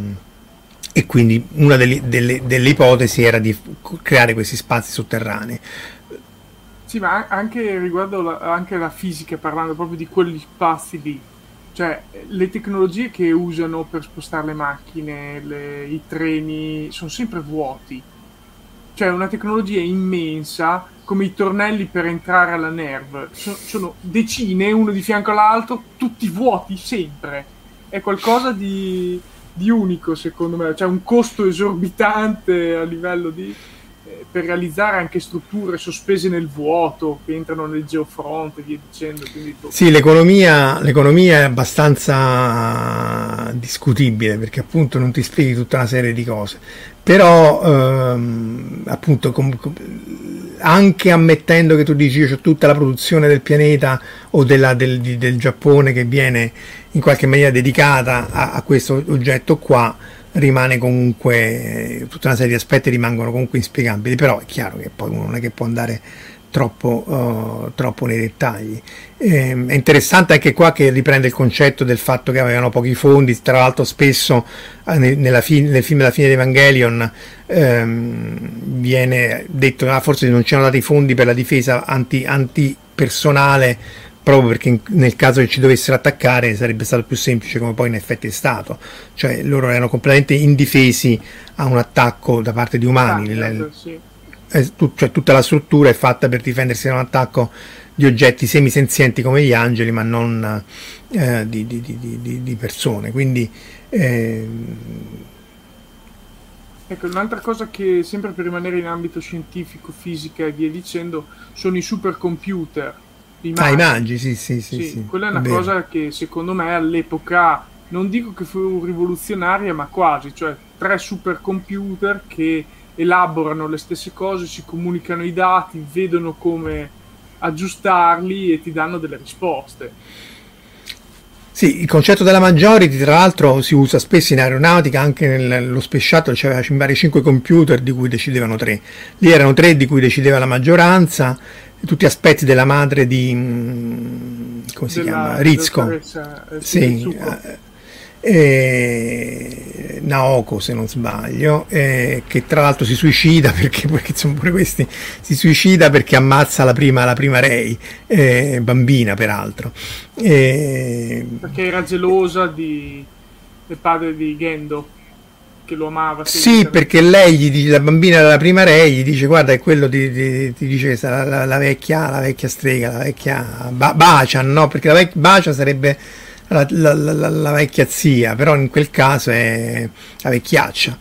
e quindi una delle, delle, delle ipotesi era di creare questi spazi sotterranei. Sì, ma anche riguardo la, anche la fisica, parlando proprio di quegli spazi lì, cioè le tecnologie che usano per spostare le macchine, le, i treni, sono sempre vuoti. Cioè una tecnologia immensa, come i tornelli per entrare alla Nerv, sono, sono decine, uno di fianco all'altro, tutti vuoti sempre. È qualcosa di, di unico secondo me, cioè un costo esorbitante a livello di... per realizzare anche strutture sospese nel vuoto che entrano nel Geofront e via dicendo. Quindi... Sì, l'economia, l'economia è abbastanza discutibile perché appunto non ti spieghi tutta una serie di cose, però ehm, appunto com- com- anche ammettendo che tu dici io ho tutta la produzione del pianeta o della, del, di, del Giappone che viene in qualche maniera dedicata a, a questo oggetto qua, rimane comunque tutta una serie di aspetti rimangono comunque inspiegabili, però è chiaro che poi uno non è che può andare troppo, uh, troppo nei dettagli. Eh, è interessante anche qua che riprende il concetto del fatto che avevano pochi fondi, tra l'altro spesso eh, nella fi- nel film della fine di Evangelion ehm, viene detto ah, forse non c'erano dati fondi per la difesa anti, antipersonale, proprio perché in, nel caso che ci dovessero attaccare sarebbe stato più semplice, come poi in effetti è stato, cioè loro erano completamente indifesi a un attacco da parte di umani. Ah, il, sì. è, tu, cioè, tutta la struttura è fatta per difendersi da un attacco di oggetti semisenzienti come gli angeli, ma non eh, di, di, di, di, di persone, quindi eh... Ecco, un'altra cosa che sempre per rimanere in ambito scientifico, fisica e via dicendo, sono i supercomputer. I Ah, i Magi, sì, sì, sì, sì, sì. quella è una È vero. cosa che secondo me all'epoca, non dico che fu rivoluzionaria, ma quasi, cioè tre supercomputer che elaborano le stesse cose, si comunicano i dati, vedono come aggiustarli e ti danno delle risposte. Sì, il concetto della majority tra l'altro si usa spesso in aeronautica, anche nello Space Shuttle c'aveva mi pare cinque computer di cui decidevano tre. Lì erano tre di cui decideva la maggioranza, tutti aspetti della madre di come si Della- chiama? Rizko. dottoressa, eh, sì, Sì, Zucco. eh, eh, Naoko se non sbaglio, eh, che tra l'altro si suicida perché, perché insomma pure questi si suicida perché ammazza la prima, la prima Rei, eh, bambina peraltro. Eh, Perché era gelosa di, del padre di Gendo, che lo amava. Sì, perché lei gli dice, la bambina della prima Rei gli dice guarda è quello ti, ti, ti dice che sarà la, la vecchia la vecchia strega, la vecchia ba- Bachan, no? Perché la vecchia Bachan sarebbe la, la- la- la- la vecchia zia, però in quel caso è la vecchiaccia.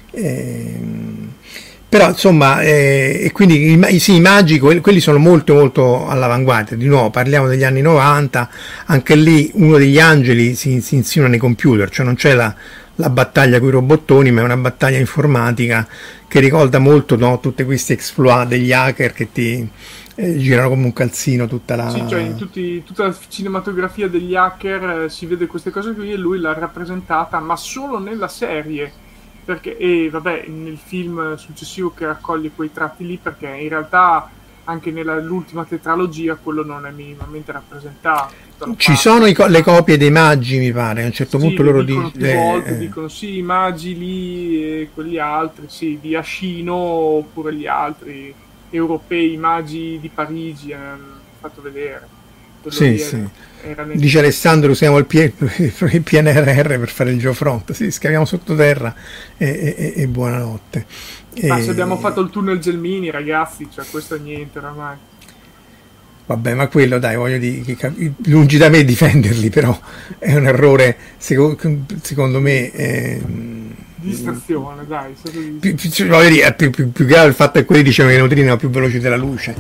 Ehm, però insomma, eh, e quindi i, ma- sì, i magi, quelli, quelli sono molto molto all'avanguardia. Di nuovo parliamo degli anni novanta, anche lì uno degli angeli si, si insinua nei computer, cioè non c'è la la battaglia con i robottoni, ma è una battaglia informatica che ricorda molto, no, tutti questi exploit degli hacker che ti eh, girano come un calzino tutta la... Sì, cioè in tutti- tutta la cinematografia degli hacker eh, si vede queste cose qui e lui l'ha rappresentata, ma solo nella serie. Perché, e vabbè, nel film successivo che raccoglie quei tratti lì, perché in realtà anche nell'ultima tetralogia quello non è minimamente rappresentato. Tutta la Ci parte- sono i co- le copie dei magi, mi pare, a un certo Sì, punto lo loro dicono dicono... più volte, dicono sì, i magi lì e quegli altri, sì, di Ascino oppure gli altri europei, i magi di Parigi, eh, hanno fatto vedere. Quello Sì, lì sì. era, era nel- Dice Alessandro, usiamo il, P- il P N R R per fare il geofront, sì, scaviamo sottoterra e, e, e buonanotte. Ma E- se abbiamo fatto il tunnel Gelmini, ragazzi, cioè questo è niente oramai. Vabbè, ma quello dai, voglio dire, che cap- lungi da me difenderli, però è un errore, secondo, secondo me. ehm, Distrazione, dai. se tu dici. più, più, cioè, voglio dire, più, più- più grave il fatto è che quelli dicevano che i neutrini erano più veloci della luce,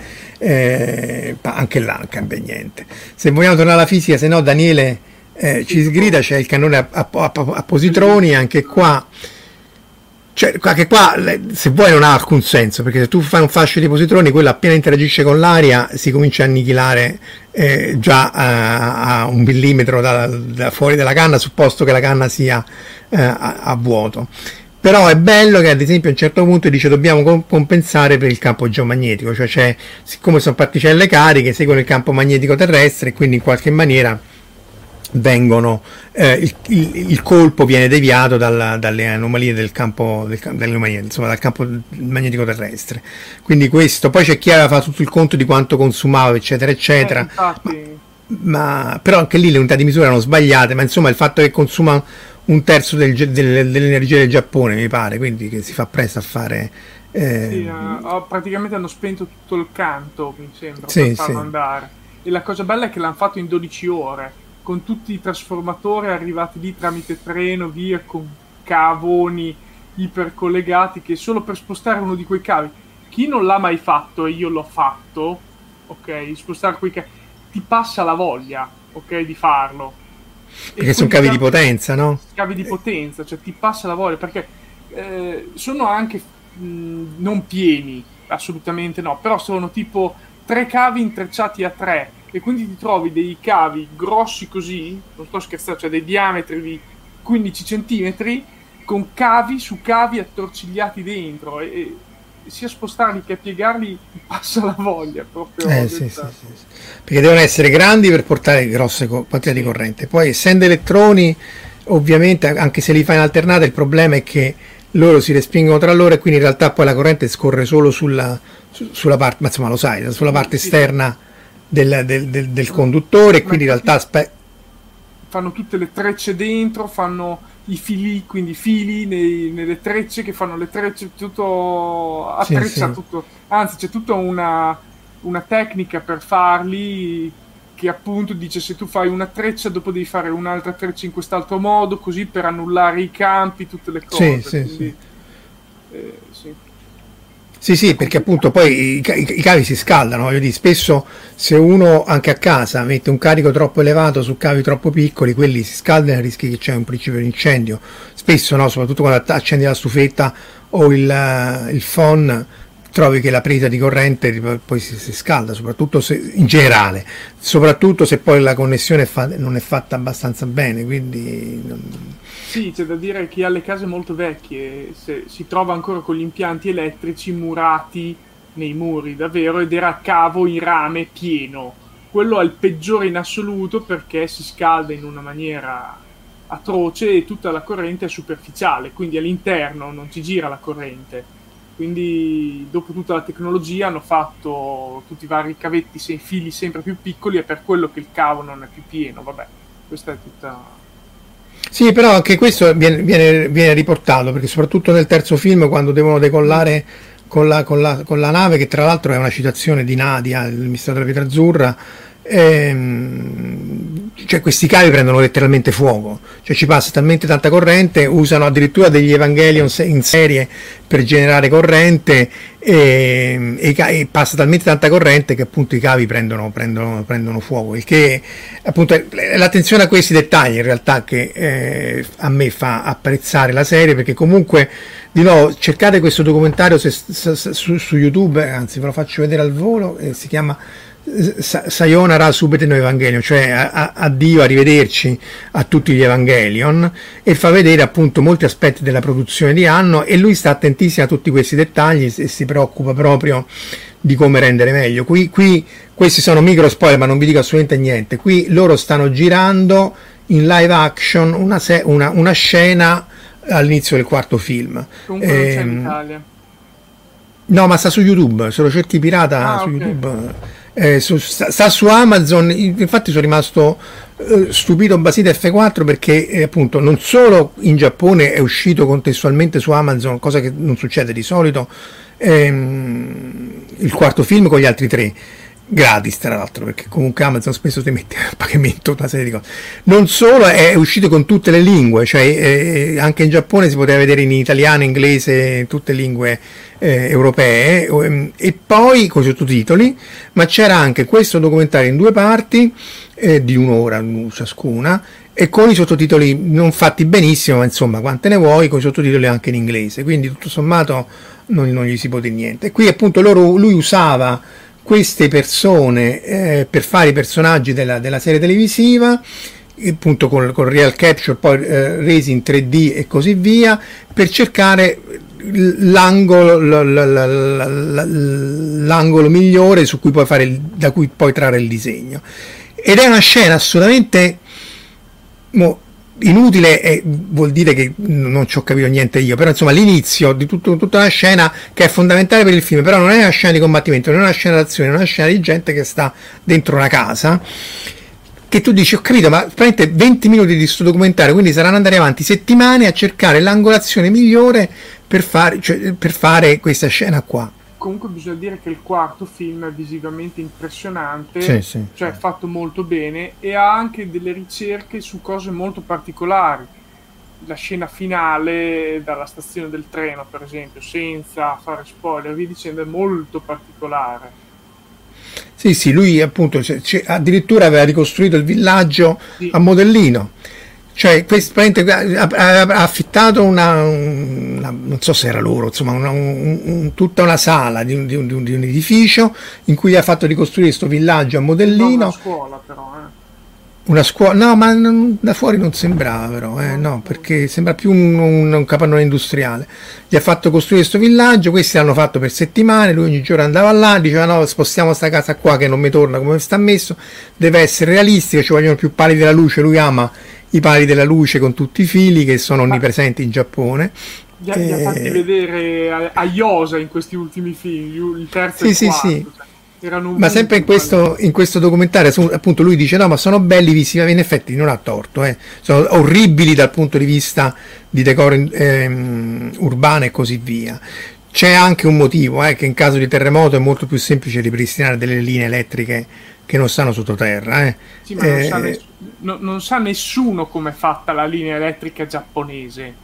eh, ma anche là non cambia niente. Se vogliamo tornare alla fisica, se no Daniele eh, ci sgrida, c'è il cannone a, a- a- a positroni, anche qua. Cioè, anche qua, le- se vuoi, non ha alcun senso, perché se tu fai un fascio di positroni, quello appena interagisce con l'aria si comincia a annichilare eh, già a, a un millimetro da, da fuori dalla canna, supposto che la canna sia eh, a, a vuoto. Però è bello che ad esempio a un certo punto dice dobbiamo com- compensare per il campo geomagnetico, cioè c'è, siccome sono particelle cariche, seguono il campo magnetico terrestre e quindi in qualche maniera vengono eh, il, il, il colpo viene deviato dalla- dalle anomalie del campo del, cam- dalle anomalie, insomma, dal campo magnetico terrestre, quindi questo poi c'è chi aveva fatto tutto il conto di quanto consumava eccetera Eh, eccetera, infatti, ma però anche lì le unità di misura erano sbagliate, ma insomma il fatto che consuma un terzo del ge- del- dell'energia del Giappone mi pare, quindi che si fa presto a fare eh, sì, eh, oh, praticamente hanno spento tutto il canto, mi sembra, Sì, per farlo sì. andare. E la cosa bella è che l'hanno fatto in dodici ore, con tutti i trasformatori arrivati lì tramite treno, via, con cavoni ipercollegati, che solo per spostare uno di quei cavi, chi non l'ha mai fatto, e io l'ho fatto, ok, spostare quei cavi, ti passa la voglia, ok, di farlo. E perché sono quindi cavi di già- potenza, no? Cavi di potenza, cioè ti passa la voglia, perché eh, sono anche mh, non pieni, assolutamente no, però sono tipo tre cavi intrecciati a tre, e quindi ti trovi dei cavi grossi così, non sto scherzando, cioè dei diametri di quindici centimetri, con cavi su cavi attorcigliati dentro, e, e sia spostarli che piegarli ti passa la voglia proprio. Eh, sì, sì, sì, sì. Perché devono essere grandi per portare grosse co- quantità di corrente. Poi, essendo elettroni, ovviamente, anche se li fai in alternata, il problema è che loro si respingono tra loro e quindi in realtà poi la corrente scorre solo sulla, su- sulla parte, ma insomma lo sai, sulla parte Sì, sì. esterna del, del- del- del conduttore, e Ma quindi in realtà aspe- fanno tutte le trecce dentro, fanno i fili, quindi fili nei- nelle trecce che fanno le trecce, tutto a Sì, treccia, sì. tutto, anzi c'è tutta una, una tecnica per farli che appunto dice se tu fai una treccia dopo devi fare un'altra treccia in quest'altro modo, così per annullare i campi, tutte le cose. Sì, sì, quindi, eh, sì. Sì, sì, perché appunto poi i, ca- i- i cavi si scaldano, voglio dire, spesso se uno anche a casa mette un carico troppo elevato su cavi troppo piccoli, quelli si scaldano e rischi che c'è un principio di incendio. Spesso, no, soprattutto quando att- accendi la stufetta o il, eh, il phon, trovi che la presa di corrente poi si, si scalda, soprattutto se, in generale, soprattutto se poi la connessione è fa, non è fatta abbastanza bene, quindi... Non... Sì, c'è da dire che chi ha le case molto vecchie se, si trova ancora con gli impianti elettrici murati nei muri, davvero, ed era a cavo in rame pieno. Quello è il peggiore in assoluto perché si scalda in una maniera atroce e tutta la corrente è superficiale, quindi all'interno non ci gira la corrente. Quindi dopo tutta la tecnologia hanno fatto tutti i vari cavetti, sei fili sempre più piccoli, e per quello che il cavo non è più pieno. Vabbè, questa è tutta... Sì, però anche questo viene, viene, viene riportato, perché soprattutto nel terzo film, quando devono decollare con la, con la, con la nave, che tra l'altro è una citazione di Nadia, il mistero della pietra azzurra, ehm, cioè questi cavi prendono letteralmente fuoco, cioè ci passa talmente tanta corrente, usano addirittura degli Evangelion in serie per generare corrente, e, e, e passa talmente tanta corrente che appunto i cavi prendono, prendono, prendono fuoco, il che appunto è l'attenzione a questi dettagli in realtà che eh, a me fa apprezzare la serie, perché comunque di nuovo cercate questo documentario se, se, se, su, su YouTube, anzi ve lo faccio vedere al volo, eh, si chiama Sayonara subito no Evangelion, cioè a, a, addio, arrivederci a tutti gli Evangelion, e fa vedere appunto molti aspetti della produzione di Anno, e lui sta attentissimo a tutti questi dettagli e si preoccupa proprio di come rendere meglio. Qui, qui questi sono micro spoiler, ma non vi dico assolutamente niente. Qui loro stanno girando in live action una, se, una, una scena all'inizio del quarto film. Comunque non c'è in Italia. No, ma sta su YouTube, se lo cerchi pirata ah, su okay. YouTube. Eh, su, sta, sta su Amazon. Infatti sono rimasto eh, stupito, basito effe quattro, perché eh, appunto non solo in Giappone è uscito contestualmente su Amazon, cosa che non succede di solito, ehm, il quarto film con gli altri tre gratis, tra l'altro, perché comunque Amazon spesso ti mette a pagamento una serie di cose. Non solo, è uscito con tutte le lingue, cioè eh, anche in Giappone si poteva vedere in italiano, inglese, tutte le lingue eh, europee, eh, e poi con i sottotitoli, ma c'era anche questo documentario in due parti eh, di un'ora ciascuna, e con i sottotitoli non fatti benissimo, ma insomma quante ne vuoi, con i sottotitoli anche in inglese, quindi tutto sommato non, non gli si può dire niente. E qui appunto loro, lui usava queste persone eh, per fare i personaggi della, della serie televisiva, appunto con, con Real Capture, poi eh, resi in tre D e così via, per cercare l'angolo, l'angolo migliore su cui puoi fare il, da cui puoi trarre il disegno. Ed è una scena assolutamente mo, inutile, e vuol dire che non ci ho capito niente io, però insomma l'inizio di tutto, tutta una scena che è fondamentale per il film, però non è una scena di combattimento, non è una scena d'azione, è una scena di gente che sta dentro una casa, che tu dici ho capito, ma praticamente venti minuti di questo documentario, quindi saranno andare avanti settimane a cercare l'angolazione migliore per fare, cioè, per fare questa scena qua. Comunque bisogna dire che il quarto film è visivamente impressionante, sì, sì. Cioè è fatto molto bene, e ha anche delle ricerche su cose molto particolari. La scena finale dalla stazione del treno, per esempio, senza fare spoiler, vi dicendo, è molto particolare. Sì, sì, lui appunto c- c- addirittura aveva ricostruito il villaggio sì. a modellino. Cioè, questo, ha, ha affittato una, una, non so se era loro, insomma, una, un, un, tutta una sala di un, di, un, di un edificio in cui ha fatto ricostruire questo villaggio a modellino. Una scuola, però, eh. Una scuola, no, ma non, da fuori non sembrava, però, eh, no, perché sembra più un, un, un capannone industriale. Gli ha fatto costruire questo villaggio, questi l'hanno fatto per settimane, lui ogni giorno andava là, diceva no, spostiamo sta casa qua che non mi torna come sta messo, deve essere realistico, ci vogliono più pali della luce, lui ama i pali della luce con tutti i fili che sono onnipresenti in Giappone. Gli ha, e... gli ha fatti vedere a, a Yosa in questi ultimi film, il terzo sì, e il quarto. Sì, sì. Cioè, ma sempre in questo, in questo documentario appunto lui dice no, ma sono belli visivamente, in effetti non ha torto, eh. Sono orribili dal punto di vista di decoro ehm, urbano e così via. C'è anche un motivo, eh, che in caso di terremoto è molto più semplice ripristinare delle linee elettriche che non stanno sottoterra, eh. Sì, ma eh, non, sa ness- no, non sa nessuno come è fatta la linea elettrica giapponese.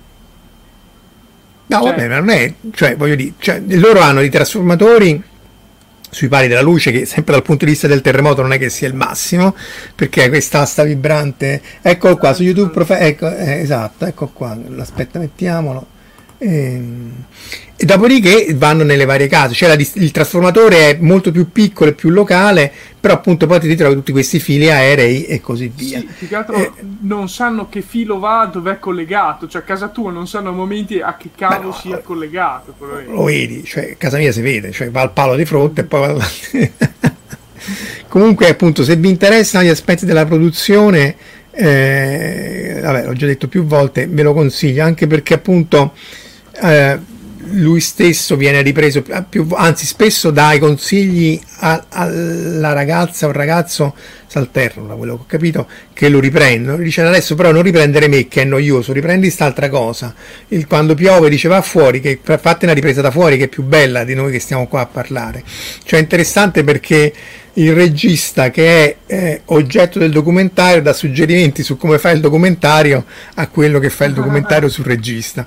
No, cioè... vabbè, ma non è, cioè, voglio dire, cioè, loro hanno dei trasformatori sui pali della luce che sempre dal punto di vista del terremoto non è che sia il massimo, perché questa asta vibrante, eccolo qua su YouTube, profe- ecco, eh, esatto, ecco qua, aspetta, mettiamolo, E, e dopodiché vanno nelle varie case, cioè la, il trasformatore è molto più piccolo e più locale, però appunto poi ti ritrovi tutti questi fili aerei e così via. Sì, più che altro eh, non sanno che filo va, dov'è collegato, cioè a casa tua non sanno a momenti a che cavo no, sia collegato. Lo vedi, cioè casa mia si vede, cioè va al palo di fronte e poi va avanti. Comunque appunto se vi interessano gli aspetti della produzione, eh, vabbè, l'ho già detto più volte, ve lo consiglio, anche perché appunto eh, lui stesso viene ripreso più, anzi spesso dà i consigli a, alla ragazza o ragazzo, s'alternano da quello che ho capito, che lo riprendono, dice adesso però non riprendere me che è noioso, riprendi st'altra cosa, il, quando piove dice va fuori, che fate una ripresa da fuori che è più bella di noi che stiamo qua a parlare. Cioè è interessante perché il regista che è eh, oggetto del documentario dà suggerimenti su come fa il documentario a quello che fa il documentario sul regista.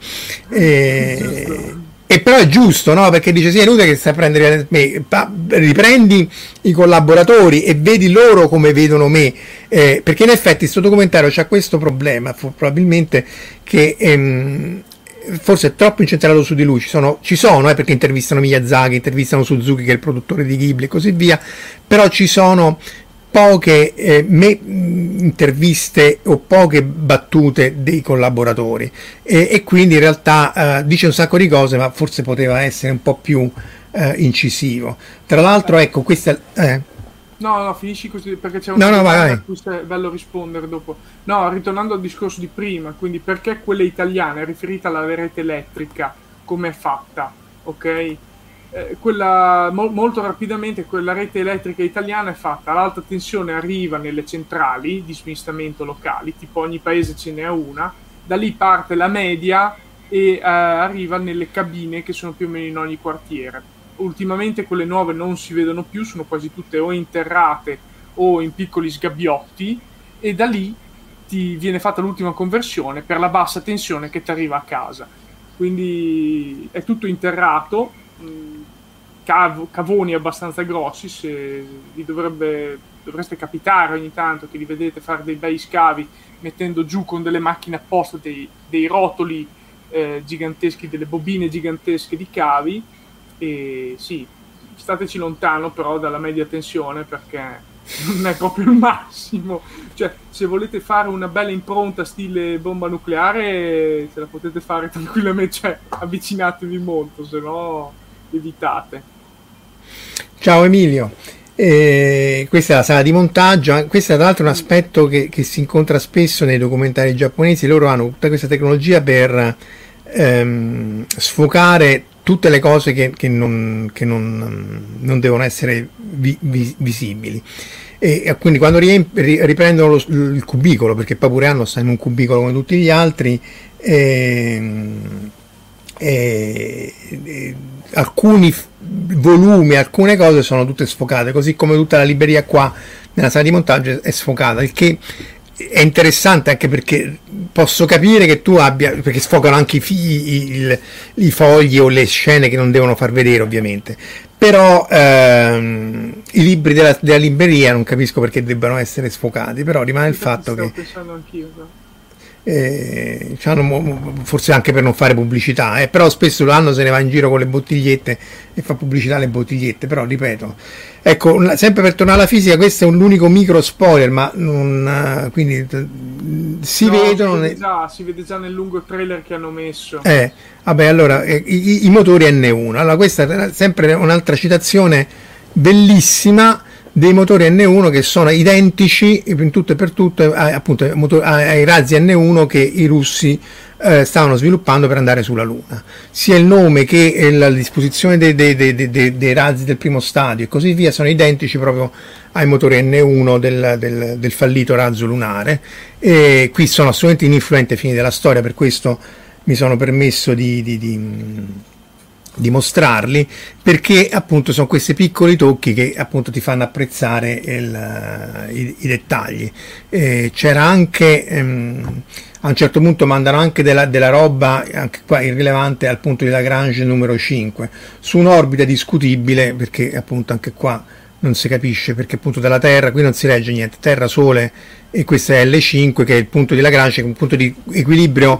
E, e però è giusto, no? Perché dice sì, è inutile che stai a prendere me, riprendi i collaboratori e vedi loro come vedono me, eh, perché in effetti questo documentario c'ha questo problema, probabilmente, che ehm, forse è troppo incentrato su di lui. Ci sono, ci sono eh, perché intervistano Miyazaki, intervistano Suzuki che è il produttore di Ghibli e così via, però ci sono poche eh, me, interviste o poche battute dei collaboratori e, e quindi in realtà eh, dice un sacco di cose, ma forse poteva essere un po' più eh, incisivo. Tra l'altro ecco questa eh. No, no, finisci così perché c'è un no, no, vai, a cui è bello rispondere dopo. No, ritornando al discorso di prima, quindi perché quella italiana è riferita alla rete elettrica, come è fatta, ok? Eh, quella mo- molto rapidamente quella rete elettrica italiana è fatta, l'alta tensione arriva nelle centrali di smistamento locali, tipo ogni paese ce n'è una, da lì parte la media e eh, arriva nelle cabine che sono più o meno in ogni quartiere. Ultimamente quelle nuove non si vedono più, sono quasi tutte o interrate o in piccoli sgabbiotti e da lì ti viene fatta l'ultima conversione per la bassa tensione che ti arriva a casa. Quindi è tutto interrato, cav- cavoni abbastanza grossi, se vi dovrebbe, dovreste capitare ogni tanto che li vedete fare dei bei scavi mettendo giù con delle macchine apposta dei, dei rotoli eh, giganteschi, delle bobine gigantesche di cavi. E sì, stateci lontano però dalla media tensione perché non è proprio il massimo. Cioè, se volete fare una bella impronta stile bomba nucleare ce la potete fare tranquillamente, cioè avvicinatevi molto, se no evitate. Ciao Emilio, eh, questa è la sala di montaggio. Questo è tra l'altro un aspetto che, che si incontra spesso nei documentari giapponesi. Loro hanno tutta questa tecnologia per ehm, sfocare tutte le cose che, che, non, che non, non devono essere vi, vi, visibili e, e quindi quando riemp- riprendono lo, il cubicolo, perché poi pure hanno sta in un cubicolo come tutti gli altri, e, e, e, alcuni volumi, alcune cose sono tutte sfocate, così come tutta la libreria qua nella sala di montaggio è sfocata, il che è interessante anche perché posso capire che tu abbia, perché sfocano anche i, fi, il, i fogli o le scene che non devono far vedere ovviamente, però ehm, i libri della, della libreria non capisco perché debbano essere sfocati, però rimane il fatto che pensando anch'io, no? Eh, forse anche per non fare pubblicità, eh, però spesso l'anno se ne va in giro con le bottigliette e fa pubblicità alle bottigliette, però ripeto, ecco, sempre per tornare alla fisica, questo è un, l'unico micro spoiler, ma non, quindi si no, vedono si vede, già, si vede già nel lungo trailer che hanno messo, eh, vabbè, allora eh, i, i motori N uno, allora questa è sempre un'altra citazione bellissima dei motori N uno che sono identici in tutto e per tutto ai, appunto, ai razzi N uno che i russi eh, stavano sviluppando per andare sulla Luna. Sia il nome che la disposizione dei, dei, dei, dei, dei razzi del primo stadio e così via sono identici proprio ai motori N uno del, del, del fallito razzo lunare. E qui sono assolutamente ininfluenti ai fini della storia, per questo mi sono permesso di... di, di di mostrarli, perché appunto sono questi piccoli tocchi che appunto ti fanno apprezzare il, i, i dettagli. Eh, c'era anche ehm, a un certo punto mandano anche della, della roba anche qua irrilevante al punto di Lagrange numero cinque su un'orbita discutibile, perché appunto anche qua non si capisce, perché appunto dalla Terra qui non si legge niente, Terra, Sole, e questo è L cinque che è il punto di Lagrange, che è un punto di equilibrio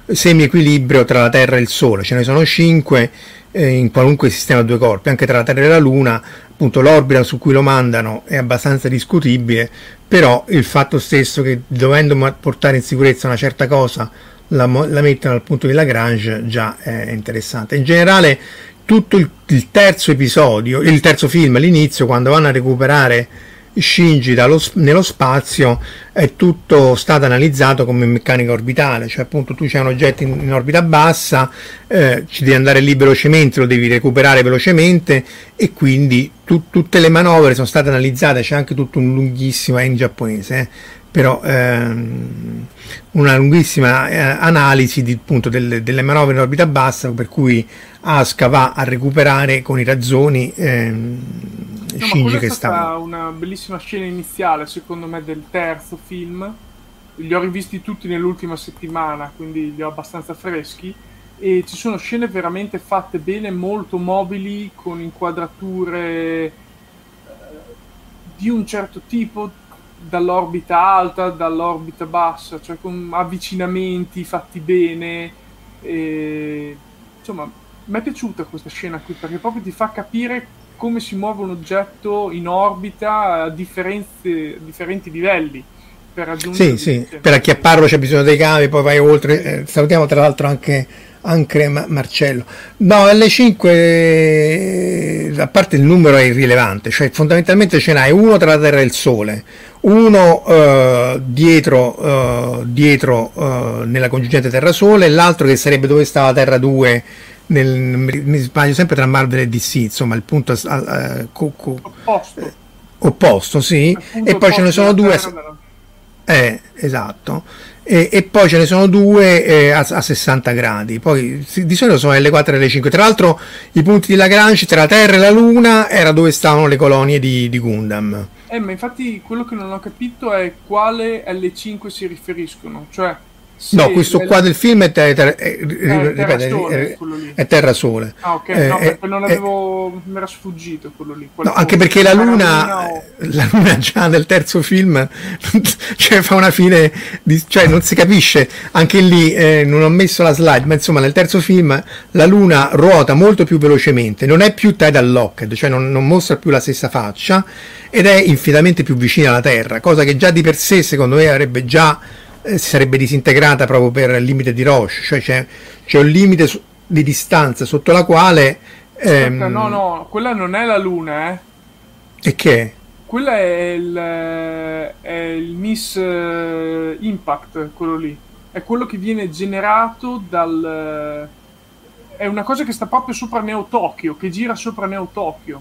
semi-equilibrio tra la Terra e il Sole. Ce ne sono cinque eh, in qualunque sistema a due corpi, anche tra la Terra e la Luna. Appunto l'orbita su cui lo mandano è abbastanza discutibile, però il fatto stesso che dovendo portare in sicurezza una certa cosa la, la mettono al punto di Lagrange già è interessante. In generale tutto il, il terzo episodio, il terzo film, all'inizio, quando vanno a recuperare Shinji dallo, nello spazio, è tutto stato analizzato come meccanica orbitale, cioè appunto tu c'hai un oggetto in, in orbita bassa, eh, ci devi andare lì velocemente, lo devi recuperare velocemente, e quindi tu, tutte le manovre sono state analizzate. C'è anche tutto un lunghissimo, è in giapponese, eh, però ehm, una lunghissima eh, analisi di, appunto, delle, delle manovre in orbita bassa, per cui Asuka va a recuperare con i razzoni ehm, no, Shinji che sta. È stata stava. una bellissima scena iniziale, secondo me, del terzo film. Li ho rivisti tutti nell'ultima settimana, quindi li ho abbastanza freschi, e ci sono scene veramente fatte bene, molto mobili, con inquadrature eh, di un certo tipo, dall'orbita alta, dall'orbita bassa, cioè con avvicinamenti fatti bene. E, insomma, mi è piaciuta questa scena qui, perché proprio ti fa capire come si muove un oggetto in orbita a differenze, a differenti livelli, per raggiungere... Sì, sì, per acchiapparlo c'è bisogno dei cavi, poi vai oltre. Eh, salutiamo tra l'altro anche, anche Marcello. No, L cinque, a parte il numero è irrilevante, cioè fondamentalmente ce n'hai uno tra la Terra e il Sole, uno uh, dietro, uh, dietro uh, nella congiungente Terra-Sole, e l'altro che sarebbe dove stava la Terra due, nel, mi sbaglio sempre tra Marvel e D C, insomma il punto uh, uh, co, co, opposto. Eh, opposto, sì, e poi ce ne sono due, eh, esatto, e, e poi ce ne sono due eh, a, a sessanta gradi, poi di solito sono L quattro e L cinque. Tra l'altro i punti di Lagrange tra la Terra e la Luna era dove stavano le colonie di, di Gundam. Eh, ma infatti quello che non ho capito è quale L cinque si riferiscono, cioè... No, questo qua del film è, ter- ter- è, eh, terra sole, è, è Terra Sole. Ah, ok, eh, no, perché eh, non avevo, eh, mi era sfuggito quello lì. No, anche perché la Luna, o... la Luna già nel terzo film, cioè fa una fine, di, cioè non si capisce. Anche lì eh, non ho messo la slide, ma insomma nel terzo film la Luna ruota molto più velocemente, non è più tidal locked, cioè non, non mostra più la stessa faccia, ed è infinitamente più vicina alla Terra, cosa che già di per sé secondo me avrebbe già si sarebbe disintegrata proprio per il limite di Roche, cioè c'è, c'è un limite su, di distanza sotto la quale ehm... Aspetta, no no, quella non è la Luna, eh e che? Quella è il è il Miss Impact, quello lì è quello che viene generato dal, è una cosa che sta proprio sopra Neo Tokyo, che gira sopra Neo Tokyo.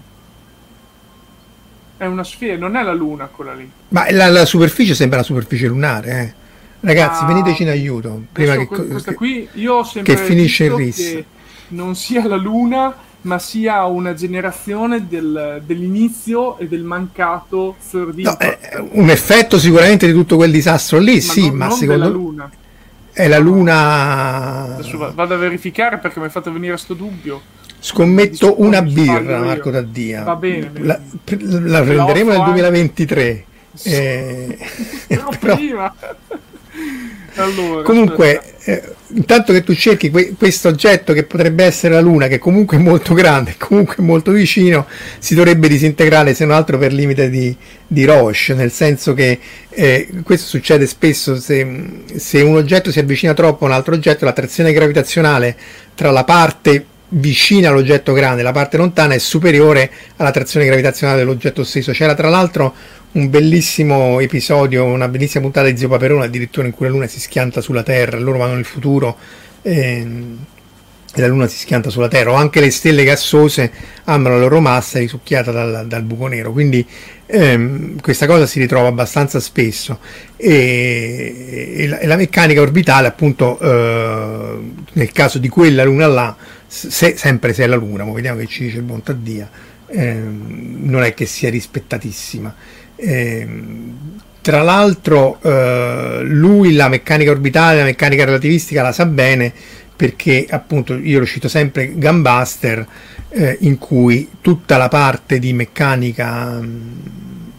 È una sfera, non è la Luna quella lì. Ma la, la superficie sembra la superficie lunare, eh. Ragazzi, ah, veniteci in aiuto prima che, questa che, qui io ho sempre che finisce il R I S. Che non sia la Luna, ma sia una generazione del, dell'inizio e del mancato third no, è un effetto sicuramente di tutto quel disastro lì, ma sì, non, ma non secondo della Luna. È la Luna. Adesso vado a verificare perché mi hai fatto venire sto dubbio. Scommetto una birra, Marco Taddia. Va bene. La, la prenderemo nel duemilaventitré. Sì. Eh, però, però prima. Allora, comunque eh, intanto che tu cerchi que- questo oggetto che potrebbe essere la Luna, che comunque è molto grande, comunque molto vicino, si dovrebbe disintegrare se non altro per limite di, di Roche, nel senso che eh, questo succede spesso se, se un oggetto si avvicina troppo a un altro oggetto, l'attrazione gravitazionale tra la parte vicina all'oggetto grande e la parte lontana è superiore all'attrazione gravitazionale dell'oggetto stesso. C'era tra l'altro un bellissimo episodio, una bellissima puntata di Zio Paperone addirittura, in cui la Luna si schianta sulla Terra, loro vanno nel futuro e, e la Luna si schianta sulla Terra, o anche le stelle gassose hanno la loro massa risucchiata dal, dal buco nero, quindi ehm, questa cosa si ritrova abbastanza spesso, e, e, la, e la meccanica orbitale appunto eh, nel caso di quella Luna là, se, sempre se è la Luna, ma vediamo che ci dice il buon Taddia, ehm, non è che sia rispettatissima. Eh, tra l'altro eh, lui la meccanica orbitale, la meccanica relativistica la sa bene, perché appunto io lo cito sempre Gunbuster, eh, in cui tutta la parte di meccanica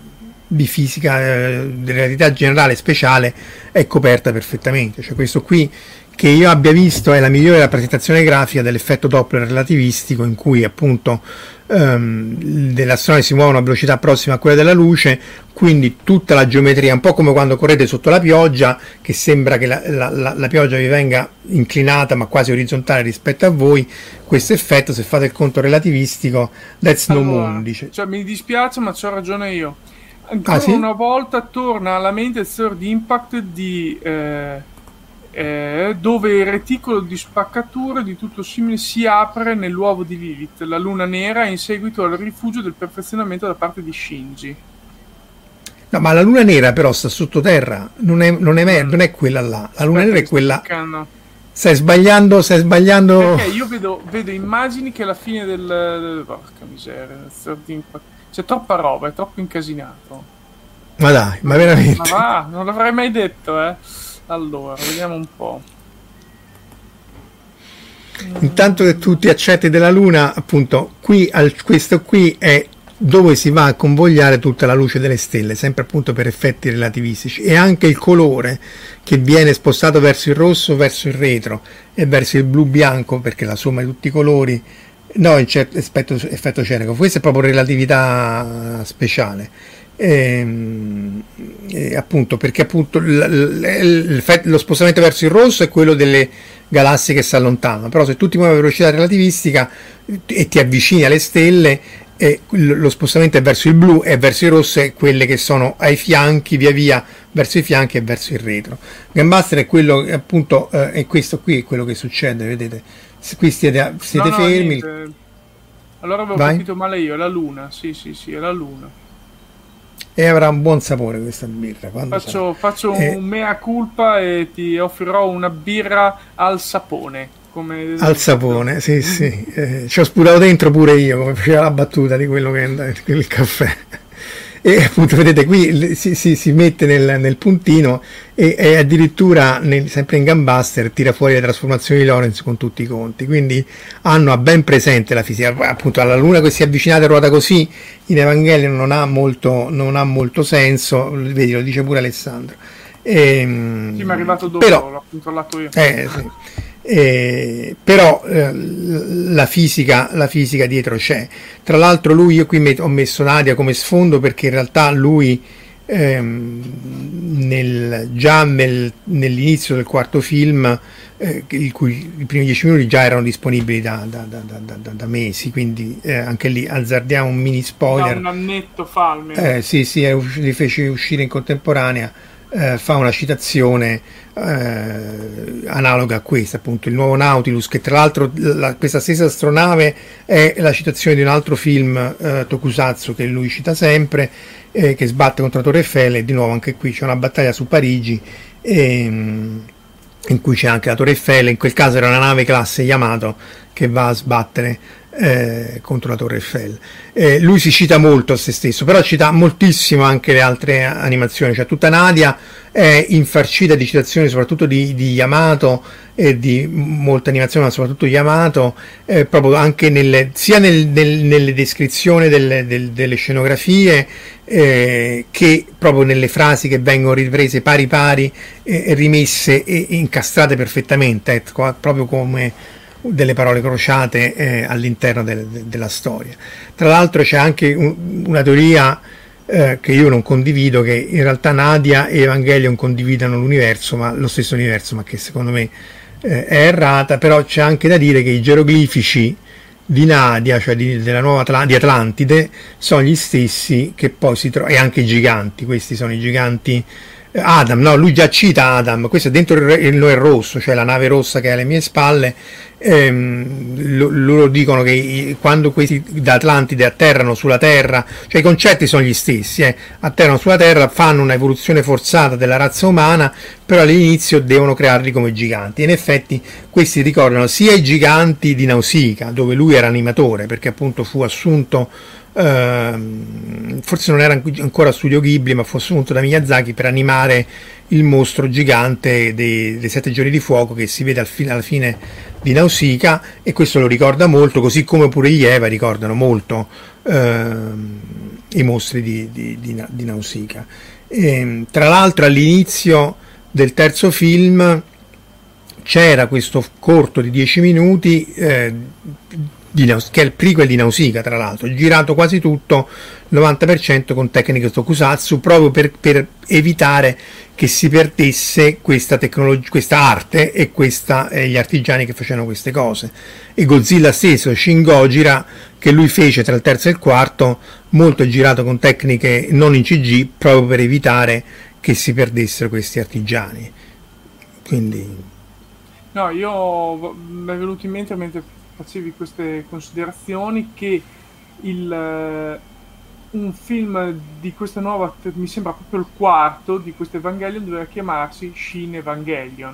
di fisica, eh, di relatività generale speciale è coperta perfettamente. Cioè questo qui che io abbia visto è la migliore rappresentazione grafica dell'effetto Doppler relativistico, in cui appunto ehm, le astronavi si muovono a velocità prossima a quella della luce, quindi tutta la geometria, un po' come quando correte sotto la pioggia, che sembra che la, la, la, la pioggia vi venga inclinata ma quasi orizzontale rispetto a voi. Questo effetto, se fate il conto relativistico, that's no Allora, moon, dice. cioè, mi dispiace, ma c'ho ragione io. Ancora Ah, sì? una volta torna alla mente il Third Impact di eh, eh, dove il reticolo di spaccature di tutto simile si apre nell'uovo di Lilith, la luna nera, in seguito al rifugio del perfezionamento da parte di Shinji. No, ma la luna nera però sta sottoterra, non è, non è, non è quella là. La luna Aspetta, nera è sto quella. cercando. Stai sbagliando, stai sbagliando. Perché io vedo, vedo immagini che alla fine del, del porca miseria, il Third Impact, c'è troppa roba, è troppo incasinato. Ma dai, ma veramente. Ma va, non l'avrei mai detto, eh. Allora, vediamo un po'. Intanto che tu ti accetti della luna, appunto, qui al, questo qui è dove si va a convogliare tutta la luce delle stelle, sempre appunto per effetti relativistici, e anche il colore che viene spostato verso il rosso, verso il retro e verso il blu bianco, perché la somma di tutti i colori, no, in certo effetto, effetto cenico. Questa è proprio relatività speciale. E, e appunto perché appunto l, l, l, lo spostamento verso il rosso è quello delle galassie che si allontanano, però se tu ti muovi a velocità relativistica e ti avvicini alle stelle, e lo spostamento è verso il blu, e verso il rosso è quelle che sono ai fianchi, via via verso i fianchi e verso il retro. Gambuster è quello appunto, eh, e questo qui è quello che succede, vedete, se qui siete, siete no, no, fermi. Niente. Allora avevo Vai? capito male io, è la luna, sì sì sì, è la luna. E avrà un buon sapore questa birra. Quando Faccio, faccio eh, un mea culpa e ti offrirò una birra al sapone. Come al sapone, sì, sì. Eh, ci ho sputato dentro pure io, come faceva la battuta di quello che è il caffè. E appunto vedete qui si, si, si mette nel, nel puntino e, e addirittura nel, sempre in Gambuster tira fuori le trasformazioni di Lorentz con tutti i conti, quindi hanno ben presente la fisica. Appunto alla luna che si è avvicinata e ruota così in Evangelion non ha molto, non ha molto senso, vedi, lo dice pure Alessandro. E, sì, mi è arrivato dopo, però, l'ho controllato io. Eh, sì. Eh, però eh, la fisica la fisica dietro c'è. Tra l'altro lui, io qui met- ho messo Nadia come sfondo perché in realtà lui ehm, nel, già nel, nell'inizio del quarto film, eh, il cui i primi dieci minuti già erano disponibili da, da, da, da, da, da mesi, quindi eh, anche lì azzardiamo un mini spoiler. Da un annetto fa almeno. Eh, sì sì, li fece uscire in contemporanea. Eh, fa una citazione eh, analoga a questa, appunto il nuovo Nautilus, che tra l'altro la, questa stessa astronave è la citazione di un altro film eh, Tokusatsu che lui cita sempre, eh, che sbatte contro la Torre Eiffel, e di nuovo anche qui c'è una battaglia su Parigi e, in cui c'è anche la Torre Eiffel. In quel caso era una nave classe Yamato che va a sbattere Eh, contro la Torre Eiffel. Eh, lui si cita molto a se stesso, però cita moltissimo anche le altre animazioni, cioè tutta Nadia è infarcita di citazioni soprattutto di, di Yamato e di molta animazione, ma soprattutto Yamato, eh, proprio anche nelle, sia nel, nel, nelle descrizioni delle, del, delle scenografie eh, che proprio nelle frasi che vengono riprese pari pari e eh, rimesse e incastrate perfettamente, ecco, proprio come delle parole crociate eh, all'interno del, de, della storia. Tra l'altro c'è anche un, una teoria eh, che io non condivido, che in realtà Nadia e Evangelion condividano l'universo, ma lo stesso universo, ma che secondo me eh, è errata. Però c'è anche da dire che i geroglifici di Nadia, cioè di, della nuova Atl- di Atlantide, sono gli stessi che poi si trovano, e anche i giganti, questi sono i giganti. Adam, no, lui già cita Adam, questo è dentro il, il Noè rosso, cioè la nave rossa che è alle mie spalle. Ehm, lo, loro dicono che i, quando questi da Atlantide atterrano sulla Terra, cioè i concetti sono gli stessi, eh, atterrano sulla Terra, fanno una evoluzione forzata della razza umana, però all'inizio devono crearli come giganti. In effetti questi ricordano sia i giganti di Nausicaa, dove lui era animatore, perché appunto fu assunto, Uh, forse non era ancora Studio Ghibli, ma fu assunto da Miyazaki per animare il mostro gigante dei, dei Sette Giorni di Fuoco che si vede al fi- alla fine di Nausicaa, e questo lo ricorda molto, così come pure gli Eva ricordano molto uh, i mostri di, di, di, di Nausicaa. E, tra l'altro all'inizio del terzo film c'era questo corto di dieci minuti eh, di, che è il prequel di Nausicaa, tra l'altro girato quasi tutto, novanta per cento con tecniche tokusatsu, proprio per, per evitare che si perdesse questa tecnologia, questa arte e questa, eh, gli artigiani che facevano queste cose. E Godzilla stesso, Shin Gojira, che lui fece tra il terzo e il quarto, molto girato con tecniche non in C G, proprio per evitare che si perdessero questi artigiani. Quindi no, io mi è venuto in mente mentre facevi queste considerazioni che il un film di questa nuova, mi sembra proprio il quarto di questo Evangelion, doveva chiamarsi Shin Evangelion.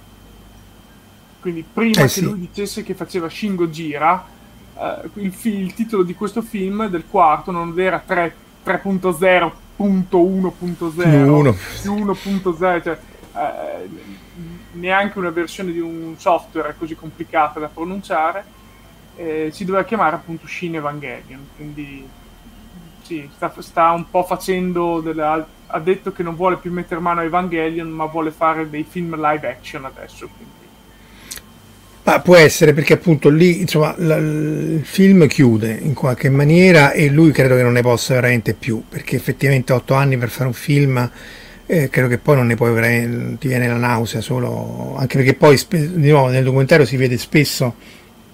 Quindi prima eh che sì. lui dicesse che faceva Shin Gojira, eh, il, fi- il titolo di questo film del quarto non era tre punto zero punto uno punto zero più uno punto zero, cioè eh, neanche una versione di un software così complicata da pronunciare, eh, si doveva chiamare appunto Shin Evangelion. Quindi sì, sta, sta un po' facendo delle, ha detto che non vuole più mettere mano a Evangelion, ma vuole fare dei film live action adesso, quindi. Ma può essere, perché appunto lì insomma la, il film chiude in qualche maniera e lui credo che non ne possa veramente più, perché effettivamente otto anni per fare un film, eh, credo che poi non ne puoi veramente, ti viene la nausea solo, anche perché poi spe, di nuovo nel documentario si vede spesso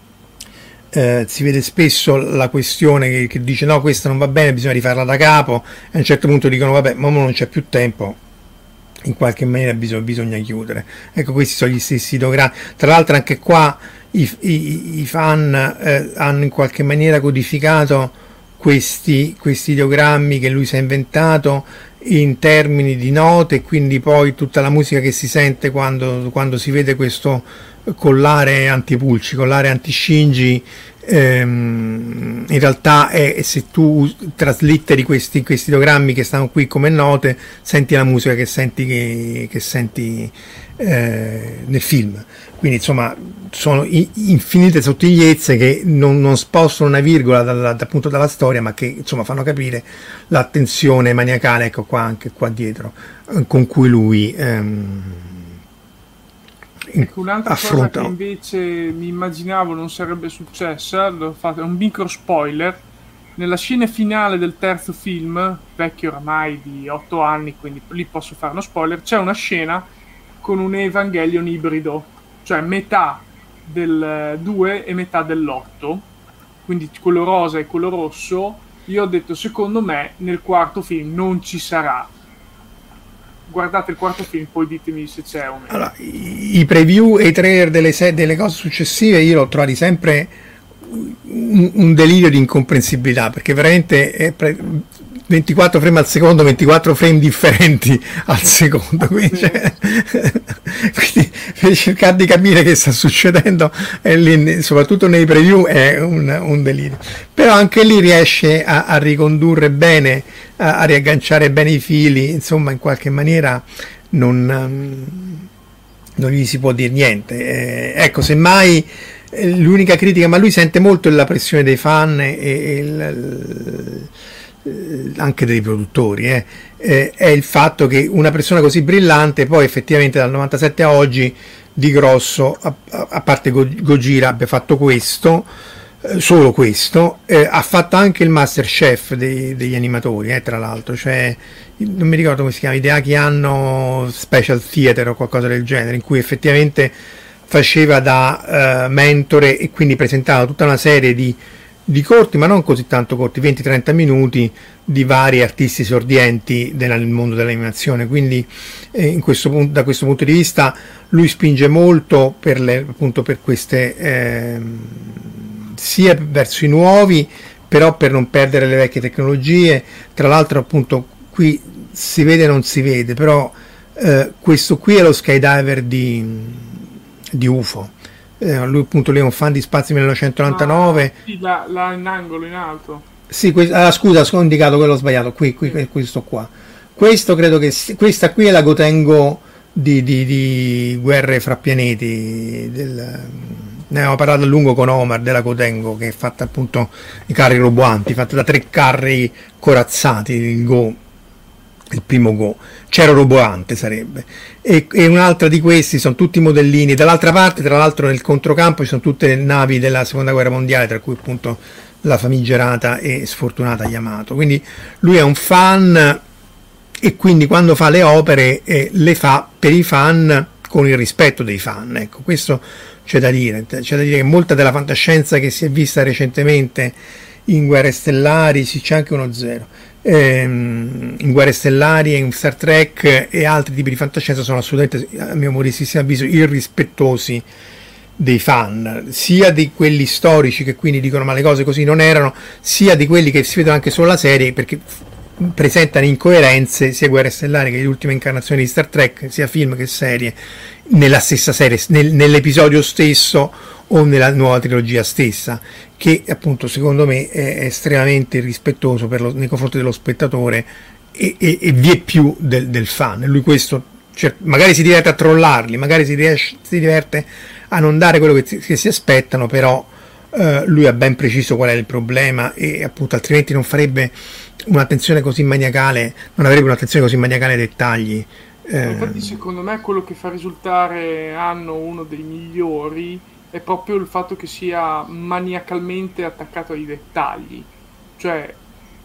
Eh, si vede spesso la questione che, che dice no, questa non va bene, bisogna rifarla da capo, e a un certo punto dicono vabbè, ma non c'è più tempo, in qualche maniera bisogna, bisogna chiudere. Ecco, questi sono gli stessi ideogrammi. Tra l'altro anche qua i, i, i fan eh, hanno in qualche maniera codificato questi, questi ideogrammi che lui si è inventato in termini di note, e quindi poi tutta la musica che si sente quando, quando si vede questo collare antipulci, collare antiscingi, ehm, in realtà è, se tu traslitteri questi, questi ideogrammi che stanno qui come note, senti la musica che senti, che, che senti eh, nel film. Quindi insomma sono infinite sottigliezze che non, non spostano una virgola dal, appunto dalla storia, ma che insomma fanno capire l'attenzione maniacale, ecco qua, anche qua dietro, con cui lui ehm, Ecco, un'altra affronta. cosa che invece mi immaginavo non sarebbe successa, l'ho fatto, è un micro spoiler. Nella scena finale del terzo film, vecchio oramai di otto anni, quindi lì posso fare uno spoiler, c'è una scena con un Evangelion ibrido, cioè metà del due e metà dell'otto, quindi quello rosa e quello rosso. Io ho detto, secondo me nel quarto film non ci sarà. Guardate il quarto film, poi ditemi se c'è o meno. Allora, i preview e i trailer delle, se- delle cose successive io l'ho trovati sempre un, un delirio di incomprensibilità, perché veramente è pre- ventiquattro frame al secondo, ventiquattro frame differenti al secondo, quindi, sì. cioè, quindi per cercare di capire che sta succedendo, è lì, soprattutto nei preview, è un, un delirio. Però anche lì riesce a, a ricondurre bene, a, a riagganciare bene i fili, insomma in qualche maniera non, non gli si può dire niente. Eh, ecco, semmai eh, l'unica critica, ma lui sente molto la pressione dei fan e, e il, il, anche dei produttori, eh, eh, è il fatto che una persona così brillante poi effettivamente dal novantasette a oggi di grosso, a, a parte Gojira, abbia fatto questo, eh, solo questo, eh, ha fatto anche il Masterchef dei, degli animatori, eh, tra l'altro, cioè non mi ricordo come si chiama, Hideaki Anno Special Theater o qualcosa del genere, in cui effettivamente faceva da uh, mentore e quindi presentava tutta una serie di, di corti, ma non così tanto corti, venti trenta minuti, di vari artisti esordienti nel mondo dell'animazione. Quindi eh, in questo punto, da questo punto di vista lui spinge molto per, le, appunto per queste eh, sia verso i nuovi, però per non perdere le vecchie tecnologie. Tra l'altro appunto qui si vede non si vede, però eh, questo qui è lo skydiver di di U F O, eh, lui appunto lì è un fan di Spazio millenovecentonovantanove. Ah, sì, là, là in angolo, in alto. Sì, que- ah, scusa, ho indicato quello sbagliato, qui, qui, sì. Questo qua. Questo credo che si- questa qui è la Gotengo di, di, di Guerre fra pianeti del, Ne avevamo parlato a lungo con Omar della Cotengo, che è fatta appunto i carri roboanti, fatta da tre carri corazzati, il Go, il primo Go, c'era roboante sarebbe, e, e un'altra di questi sono tutti modellini. Dall'altra parte, tra l'altro, nel controcampo ci sono tutte le navi della seconda guerra mondiale, tra cui appunto la famigerata e sfortunata Yamato. Quindi lui è un fan, e quindi quando fa le opere eh, le fa per i fan, con il rispetto dei fan, ecco, questo c'è da dire. C'è da dire che molta della fantascienza che si è vista recentemente in Guerre Stellari, sì, c'è anche uno zero, ehm, in Guerre Stellari e in Star Trek e altri tipi di fantascienza sono assolutamente, a mio modestissimo avviso, irrispettosi dei fan, sia di quelli storici che quindi dicono ma le cose così non erano, sia di quelli che si vedono anche solo la serie, perché presentano incoerenze sia Guerre Stellari che le ultime incarnazioni di Star Trek, sia film che serie, nella stessa serie, nel, nell'episodio stesso o nella nuova trilogia stessa, che appunto secondo me è estremamente irrispettoso per lo, nei confronti dello spettatore e, e, e vie più del, del fan. Lui questo, cioè, magari si diverte a trollarli, magari si, riesce, si diverte a non dare quello che, che si aspettano, però eh, lui ha ben preciso qual è il problema, e appunto altrimenti non farebbe un'attenzione così maniacale, non avrebbe un'attenzione così maniacale ai dettagli. Eh. Infatti secondo me quello che fa risultare Anno uno dei migliori è proprio il fatto che sia maniacalmente attaccato ai dettagli, cioè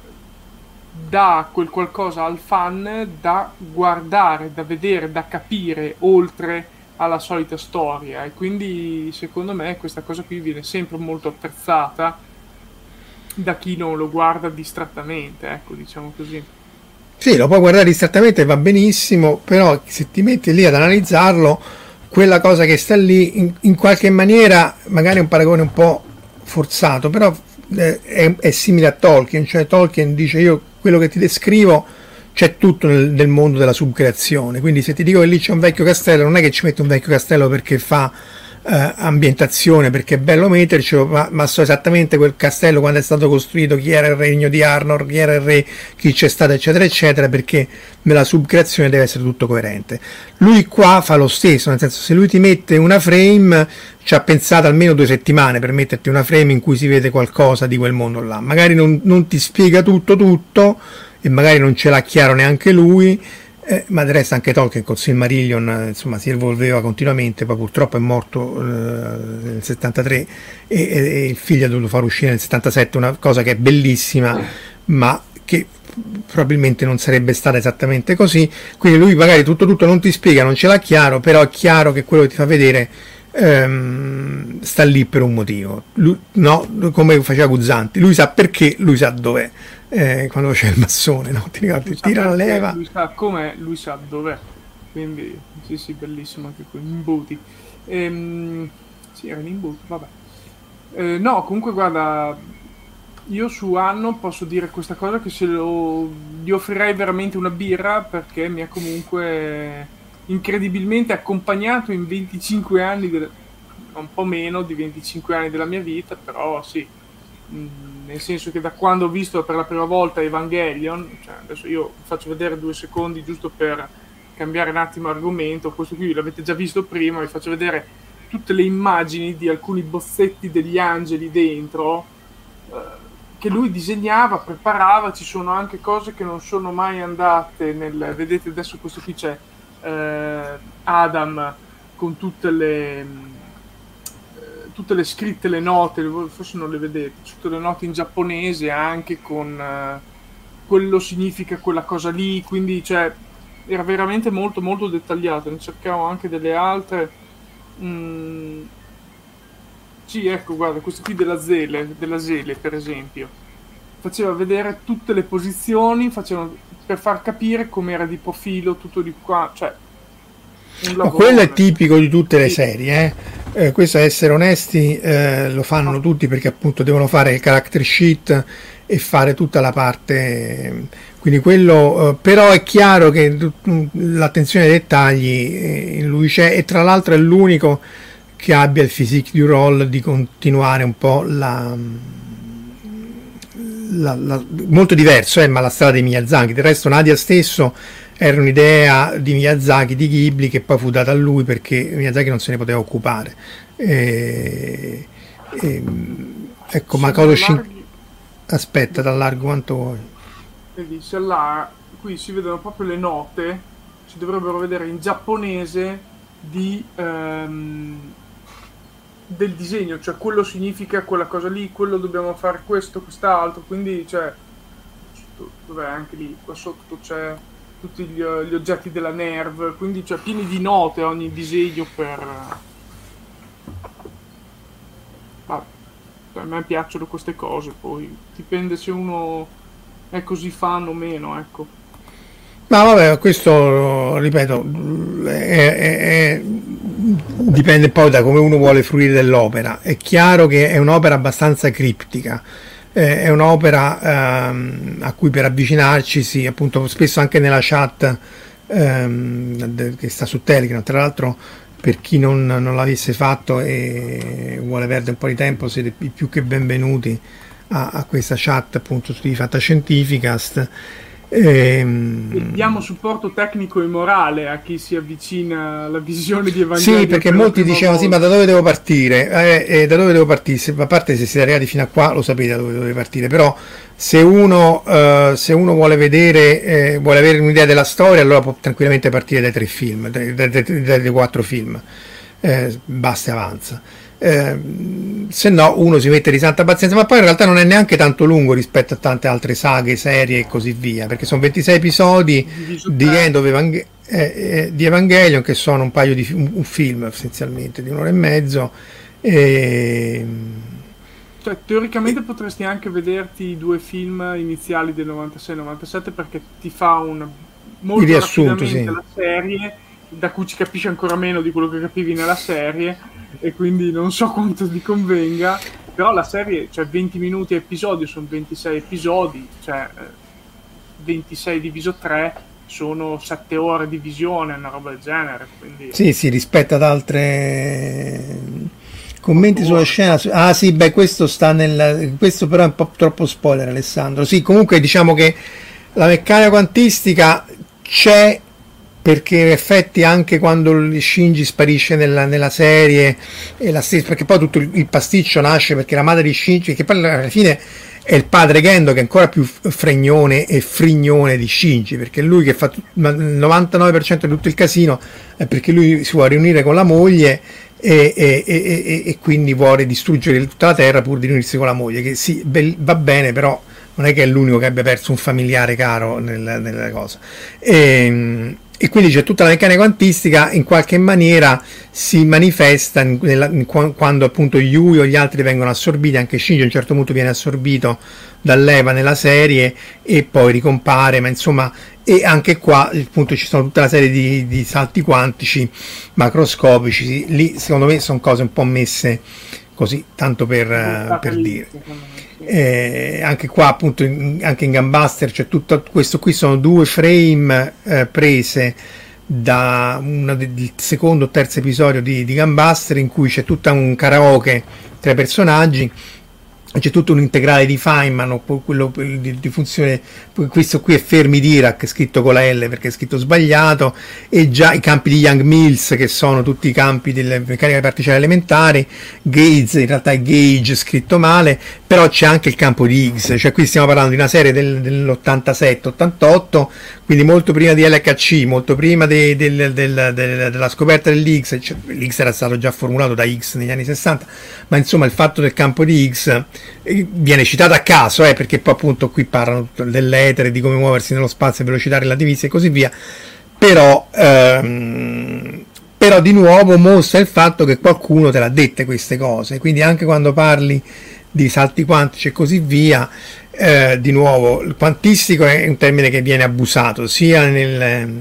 dà quel qualcosa al fan da guardare, da vedere, da capire oltre alla solita storia, e quindi secondo me questa cosa qui viene sempre molto apprezzata da chi non lo guarda distrattamente, ecco, diciamo così. Sì, lo puoi guardare distrattamente, va benissimo, però se ti metti lì ad analizzarlo, quella cosa che sta lì in, in qualche maniera, magari è un paragone un po' forzato, però eh, è, è simile a Tolkien, cioè Tolkien dice io quello che ti descrivo c'è tutto nel, nel mondo della subcreazione, quindi se ti dico che lì c'è un vecchio castello, non è che ci metto un vecchio castello perché fa eh, ambientazione, perché è bello mettercelo, ma, ma so esattamente quel castello quando è stato costruito, chi era il regno di Arnor, chi era il re, chi c'è stato, eccetera eccetera, perché nella subcreazione deve essere tutto coerente. Lui qua fa lo stesso, nel senso, se lui ti mette una frame, ci ha pensato almeno due settimane per metterti una frame in cui si vede qualcosa di quel mondo là, magari non, non ti spiega tutto tutto e magari non ce l'ha chiaro neanche lui, eh, ma del resto anche Tolkien con Silmarillion eh, insomma si evolveva continuamente, poi purtroppo è morto eh, nel settantatré e, e, e il figlio ha dovuto far uscire nel settantasette una cosa che è bellissima ma che probabilmente non sarebbe stata esattamente così, quindi lui magari tutto tutto non ti spiega, non ce l'ha chiaro, però è chiaro che quello che ti fa vedere ehm, sta lì per un motivo. Lui, no, come faceva Guzzanti, lui sa perché, lui sa dov'è. Eh, quando c'è il massone, no? Ti ricordi? Tira la leva. Lui sa com'è, lui sa dov'è. Quindi, sì, sì, bellissimo anche quello. Imbuti. Ehm, sì, era in imbuti, vabbè. Eh, no, comunque, guarda, io su Anno posso dire questa cosa, che se lo, gli offrirei veramente una birra, perché mi ha comunque incredibilmente accompagnato in venticinque anni, del, un po' meno di venticinque anni della mia vita, però sì. Nel senso che da quando ho visto per la prima volta Evangelion, cioè adesso io faccio vedere due secondi giusto per cambiare un attimo argomento, questo qui l'avete già visto prima, vi faccio vedere tutte le immagini di alcuni bozzetti degli angeli dentro eh, che lui disegnava, preparava, ci sono anche cose che non sono mai andate nel, vedete adesso questo qui c'è eh, Adam con tutte le tutte le scritte, le note, forse non le vedete, tutte le note in giapponese anche con uh, quello significa quella cosa lì, quindi cioè era veramente molto molto dettagliato. Ne cercavo anche delle altre. Mm. Sì, ecco, guarda, questo qui della Zele, della Zele per esempio, faceva vedere tutte le posizioni, facevano per far capire com'era di profilo, tutto di qua, cioè ma quello è tipico di tutte le serie, eh? Eh, questo a essere onesti eh, lo fanno tutti, perché appunto devono fare il character sheet e fare tutta la parte, quindi quello eh, però è chiaro che l'attenzione ai dettagli eh, in lui c'è, e tra l'altro è l'unico che abbia il physique du role di continuare un po' la la, la, molto diverso, eh, ma la strada di Miyazaki. Del resto Nadia stesso era un'idea di Miyazaki, di Ghibli, che poi fu data a lui perché Miyazaki non se ne poteva occupare. E, e, ecco, Makoto Shin... Aspetta, t'allargo quanto vuoi. Vedi, se là, qui si vedono proprio le note, si dovrebbero vedere in giapponese di... Um, del disegno, cioè quello significa quella cosa lì, quello dobbiamo fare questo, quest'altro, quindi cioè dov'è anche lì, qua sotto c'è tutti gli, gli oggetti della Nerve, quindi cioè pieni di note ogni disegno per... Vabbè, a me piacciono queste cose, poi dipende se uno è così fan o meno, ecco. Ma vabbè, questo, ripeto, è, è, è, dipende poi da come uno vuole fruire dell'opera. È chiaro che è un'opera abbastanza criptica, eh, è un'opera ehm, a cui per avvicinarci, sì, appunto, spesso anche nella chat ehm, che sta su Telegram, tra l'altro per chi non, non l'avesse fatto e vuole perdere un po' di tempo, siete più che benvenuti a, a questa chat appunto di Fantascientificast. Ehm... diamo supporto tecnico e morale a chi si avvicina alla visione di Evangelion. Sì, perché molti dicevano: sì, ma da dove devo partire? Eh, eh, da dove devo partire? Se, a parte se siete arrivati fino a qua lo sapete da dove dovete partire, però se uno, eh, se uno vuole vedere, eh, vuole avere un'idea della storia, allora può tranquillamente partire dai tre film, dai, dai, dai, dai quattro film, eh, basta e avanza. Eh, se no uno si mette di santa pazienza, ma poi in realtà non è neanche tanto lungo rispetto a tante altre saghe, serie e così via, perché sono ventisei episodi di, End of Evangel- eh, eh, di Evangelion, che sono un paio di un, un film essenzialmente di un'ora e mezzo, e... cioè teoricamente potresti anche vederti i due film iniziali del novantasei novantasette, perché ti fa un molto riassunto, rapidamente sì, la serie, da cui ci capisci ancora meno di quello che capivi nella serie, e quindi non so quanto ti convenga, però la serie, cioè venti minuti a episodio, sono ventisei episodi, cioè ventisei diviso tre sono sette ore di visione, una roba del genere, quindi... Sì, sì, rispetto ad altre... Commenti sulla scena. Ah sì, beh, questo sta nel... questo però è un po' troppo spoiler, Alessandro. Sì, comunque diciamo che la meccanica quantistica c'è, perché in effetti anche quando Shinji sparisce nella, nella serie è la stessa, perché poi tutto il, il pasticcio nasce perché la madre di Shinji, che poi alla fine è il padre Gendo, che è ancora più fregnone e frignone di Shinji, perché è lui che fa tut, il novantanove per cento di tutto il casino, è perché lui si vuole riunire con la moglie e, e, e, e quindi vuole distruggere tutta la terra pur di riunirsi con la moglie, che sì, be- va bene, però non è che è l'unico che abbia perso un familiare caro nel, nella cosa. E, E quindi c'è tutta la meccanica quantistica, in qualche maniera si manifesta in, nella, in, quando appunto Yui o gli altri vengono assorbiti, anche Shinji a un certo punto viene assorbito dall'Eva nella serie e poi ricompare, ma insomma, e anche qua appunto ci sono tutta una serie di, di salti quantici macroscopici, lì secondo me sono cose un po' messe così, tanto per, uh, per dire. Eh, anche qua appunto in, anche in Gunbuster c'è tutto questo, qui sono due frame eh, prese da una del secondo o terzo episodio di, di Gunbuster, in cui c'è tutto un karaoke tra i personaggi, c'è tutto un integrale di Feynman, quello di, di funzione, questo qui è Fermi Dirac scritto con la L perché è scritto sbagliato, e già i campi di Young Mills, che sono tutti i campi delle meccaniche particelle elementari. Gates in realtà è Gage scritto male, però c'è anche il campo di Higgs, cioè qui stiamo parlando di una serie del, dell'ottantasette ottantotto, quindi molto prima di L H C, molto prima de, del, del, del, della scoperta dell'Higgs. Cioè, l'Higgs era stato già formulato da Higgs negli anni sessanta, ma insomma il fatto del campo di Higgs viene citato a caso, eh, perché poi appunto qui parlano dell'etere, di come muoversi nello spazio, velocità relativista e così via, però ehm, però di nuovo mostra il fatto che qualcuno te l'ha dette queste cose, quindi anche quando parli di salti quantici e così via, eh, di nuovo il quantistico è un termine che viene abusato sia nel,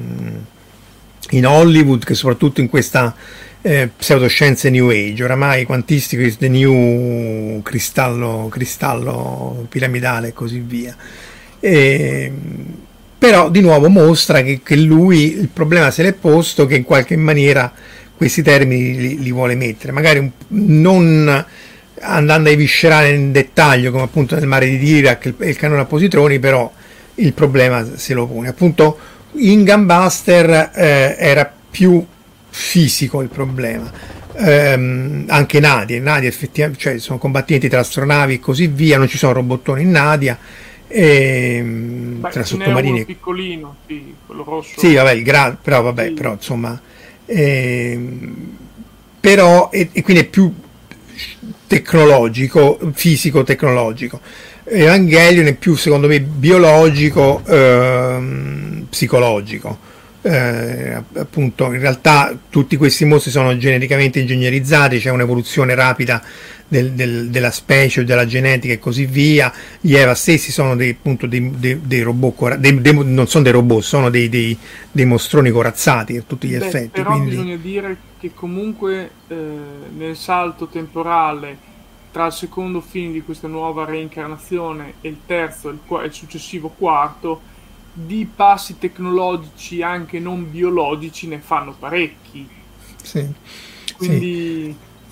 in Hollywood che soprattutto in questa Eh, pseudoscienze New Age. Oramai quantistico is the new cristallo, cristallo piramidale e così via. E, però di nuovo mostra che, che lui il problema se l'è posto, che in qualche maniera questi termini li, li vuole mettere, magari un, non andando a eviscerare in dettaglio, come appunto nel Mare di Dirac e il Cannone a positroni, però il problema se lo pone. Appunto in Gunbuster eh, era più fisico il problema, ehm, anche Nadia, Nadia effettivamente, cioè sono combattimenti tra astronavi e così via, non ci sono robottoni in Nadia, e, Beh, tra ce n'è sottomarini uno piccolino, sì, quello rosso. sì, vabbè, il gra- però vabbè, Sì. però insomma, ehm, però e, e quindi è più tecnologico, fisico tecnologico. Evangelion è più, secondo me, biologico, ehm, psicologico. Eh, appunto, in realtà tutti questi mostri sono genericamente ingegnerizzati, c'è un'evoluzione rapida del, del, della specie, della genetica e così via. Gli Eva stessi sono dei, appunto, dei, dei, dei robot, cora- dei, dei, non sono dei robot, sono dei, dei, dei mostroni corazzati a tutti gli Beh, effetti. però Quindi bisogna dire che comunque eh, nel salto temporale tra il secondo film di questa nuova reincarnazione e il terzo e il, qua- il successivo quarto, di passi tecnologici anche non biologici ne fanno parecchi. sì, sì. Quindi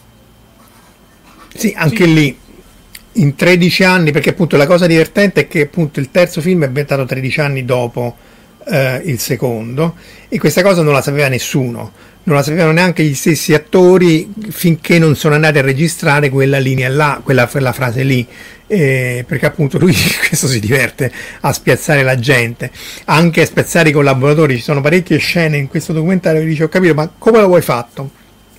Sì, anche Sì. lì in tredici anni, perché appunto la cosa divertente è che appunto il terzo film è ambientato tredici anni dopo eh, il secondo, e questa cosa non la sapeva nessuno, non la sapevano neanche gli stessi attori finché non sono andati a registrare quella linea là, quella, quella frase lì, eh, perché appunto lui questo si diverte a spiazzare la gente, anche a spiazzare i collaboratori. Ci sono parecchie scene in questo documentario che dice: ho capito, ma come lo vuoi fatto?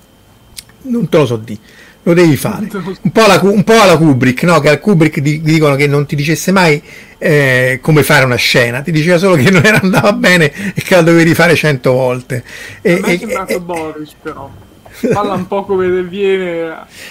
Non te lo so di, lo devi fare. Un po' alla, un po' alla Kubrick, no? Che al Kubrick di, dicono che non ti dicesse mai eh, come fare una scena, ti diceva solo che non era andava bene e che la dovevi fare cento volte. E, a me è e- sembrato e- Boris, però parla un po' come viene.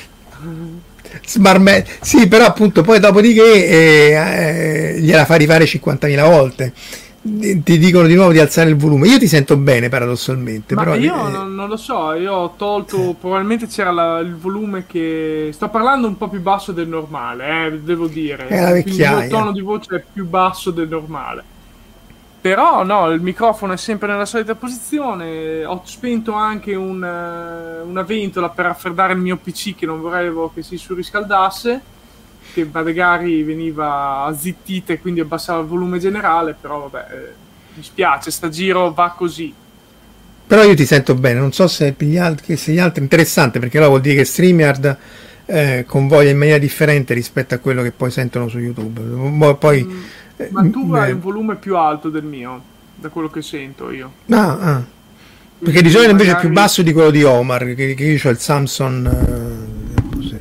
Smarme- sì, però appunto poi dopodiché eh, eh, gliela fa rifare cinquantamila volte. Ti ti dicono di nuovo di alzare il volume. Io ti sento bene paradossalmente, Ma però io eh, non, non lo so, io ho tolto, probabilmente c'era la- il volume che... Sto parlando un po' più basso del normale, eh, devo dire. È la Quindi il mio vecchiaia. tono di voce è più basso del normale. Però no, il microfono è sempre nella solita posizione. Ho spento anche un, eh, una ventola per raffreddare il mio P C, che non volevo che si surriscaldasse, che magari veniva azzittita e quindi abbassava il volume generale, però vabbè, eh, mi spiace, sta giro va così. però io ti sento bene. Non so se per gli altri, se gli altri interessante, perché allora vuol dire che StreamYard eh, convoglia in maniera differente rispetto a quello che poi sentono su YouTube. Mo- Poi eh, Ma tu hai eh, un volume più alto del mio, da quello che sento io. ah, ah. Perché di Quindi solito invece è magari- più basso di quello di Omar, che, che io ho il Samsung eh, così.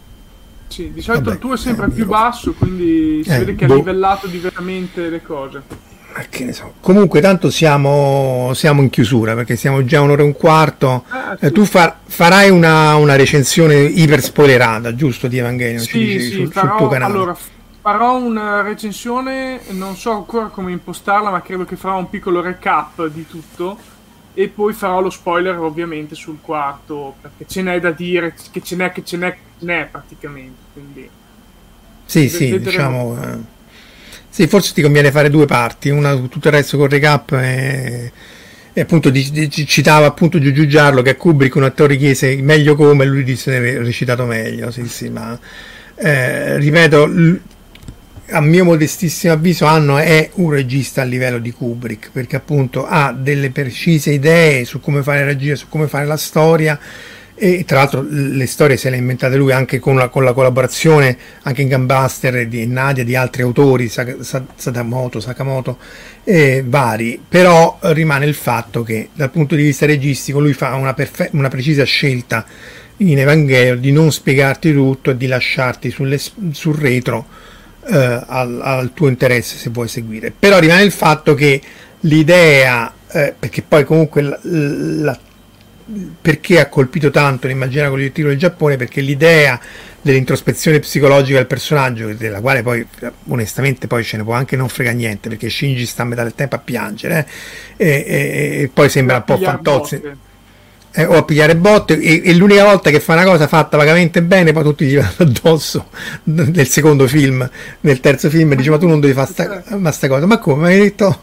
Sì, di solito Vabbè, il tuo è sempre è un più mio. basso, quindi si Eh, vede che ha boh. livellato diversamente le cose. Ma che ne so. Comunque tanto siamo, siamo in chiusura, perché siamo già un'ora e un quarto. Ah, Eh, sì. tu fa- farai una, una recensione iper spoilerata, giusto, di Evangelion? Ci Sì, dicevi sì, sul, sul farò, tuo canale. allora, f- farò una recensione, non so ancora come impostarla, ma credo che farò un piccolo recap di tutto e poi farò lo spoiler ovviamente sul quarto, perché ce n'è da dire, che ce n'è, che ce n'è, ce n'è praticamente, quindi... Sì, sì, vedremo. diciamo. eh, sì, forse ti conviene fare due parti, una su tutto il resto con recap e, e appunto di- di- citava appunto Giugiu Giarlo, che a Kubrick un attore chiese meglio come e lui disse "Re- recitato meglio". Sì, sì, ma eh, ripeto, l- a mio modestissimo avviso Hanno è un regista a livello di Kubrick, perché appunto ha delle precise idee su come fare la regia, su come fare la storia, e tra l'altro l- le storie se le ha inventate lui anche con la, con la collaborazione anche in Gunbuster di Nadia, di altri autori, Sa- Sa- Sadamoto, Sakamoto, eh, vari. Però rimane il fatto che dal punto di vista registico lui fa una, perfe- una precisa scelta in Evangelion di non spiegarti tutto e di lasciarti sulle, sul retro eh, al, al tuo interesse, se vuoi seguire. Però rimane il fatto che l'idea, eh, perché poi comunque la, la- perché ha colpito tanto l'immaginario collettivo del Giappone, perché l'idea dell'introspezione psicologica del personaggio, della quale poi onestamente poi ce ne può anche non frega niente, perché Shinji sta a metà del tempo a piangere eh, e, e- e poi sembra un po' Pigliar Fantozzi botte. eh, o a pigliare botte, e, e l'unica volta che fa una cosa fatta vagamente bene poi tutti gli vanno addosso nel secondo film, nel terzo film dice ma tu non devi fare sta, ma sta cosa, ma come, mi hai detto?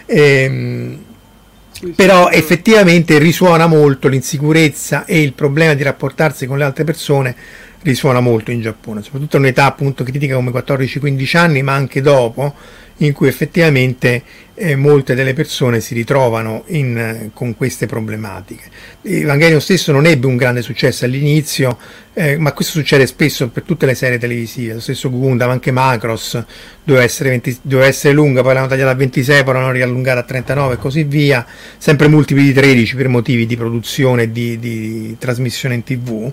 Ehm, Sì, sì, però sì. effettivamente risuona molto l'insicurezza e il problema di rapportarsi con le altre persone risuona molto in Giappone, soprattutto in un'età appunto critica come quattordici quindici anni, ma anche dopo, in cui effettivamente eh, molte delle persone si ritrovano in, eh, con queste problematiche. Evangelion stesso non ebbe un grande successo all'inizio, eh, ma questo succede spesso per tutte le serie televisive, lo stesso Gundam, anche Macross doveva essere, venti, doveva essere lunga, poi l'hanno tagliata a ventisei, poi l'hanno riallungata a trentanove e così via, sempre multipli di tredici per motivi di produzione e di, di trasmissione in tv.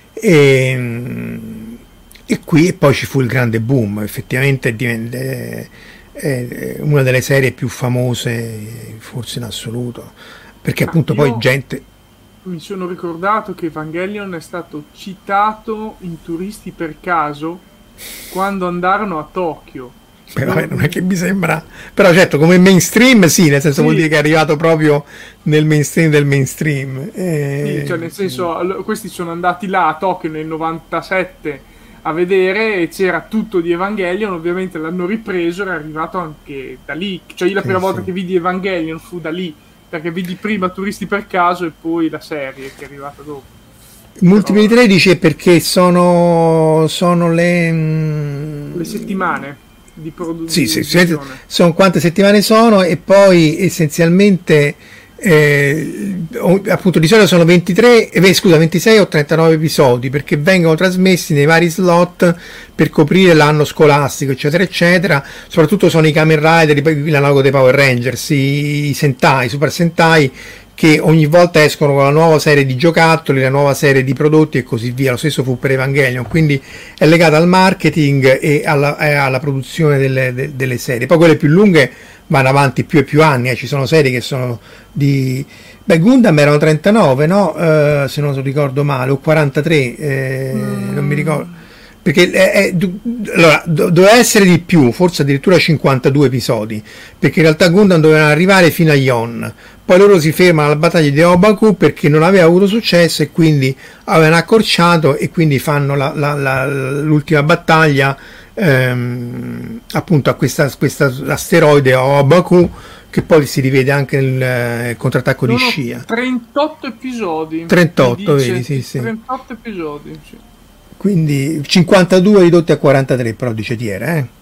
E, e qui e poi ci fu il grande boom, effettivamente divenne eh, una delle serie più famose forse in assoluto, perché appunto poi gente... Mi sono ricordato che Evangelion è stato citato in Turisti per caso quando andarono a Tokyo. Però non è che mi sembra, però certo come mainstream sì, nel senso sì. Vuol dire che è arrivato proprio nel mainstream del mainstream. E... Sì, cioè nel senso, questi sono andati là a Tokyo nel novantasette a vedere e c'era tutto di Evangelion, ovviamente l'hanno ripreso, era arrivato anche da lì, cioè io la prima sì, volta sì. che vidi Evangelion fu da lì, perché vidi prima Turisti per caso e poi la serie che è arrivata dopo. Multipli Però... tredici è perché sono, sono le... le settimane di produzione. Sì, sì, sono quante settimane sono e poi essenzialmente eh, appunto di solito sono ventitré, eh, scusa, ventisei o trentanove episodi, perché vengono trasmessi nei vari slot per coprire l'anno scolastico, eccetera eccetera. Soprattutto sono i Kamen Rider, l'analogo dei Power Rangers, i, i Sentai, i Super Sentai, che ogni volta escono con la nuova serie di giocattoli, la nuova serie di prodotti e così via. Lo stesso fu per Evangelion, quindi è legata al marketing e alla, e alla produzione delle, de, delle serie. Poi quelle più lunghe vanno avanti più e più anni, eh. Ci sono serie che sono di... Beh, Gundam erano trentanove, no? Uh, se non ricordo male, o quarantatré, eh, mm. non mi ricordo. Perché è, è, allora, do, doveva essere di più, forse addirittura cinquantadue episodi, perché in realtà Gundam doveva arrivare fino a Yon, poi loro si fermano alla battaglia di Obaku perché non aveva avuto successo e quindi avevano accorciato e quindi fanno la, la, la, l'ultima battaglia ehm, appunto a questa, questa asteroide Obaku, che poi si rivede anche nel contrattacco di Scia. trentotto episodi. trentotto, vedi, sì, sì. trentotto episodi, sì. Quindi cinquantadue ridotti a quarantatré, però dice Tiera, eh?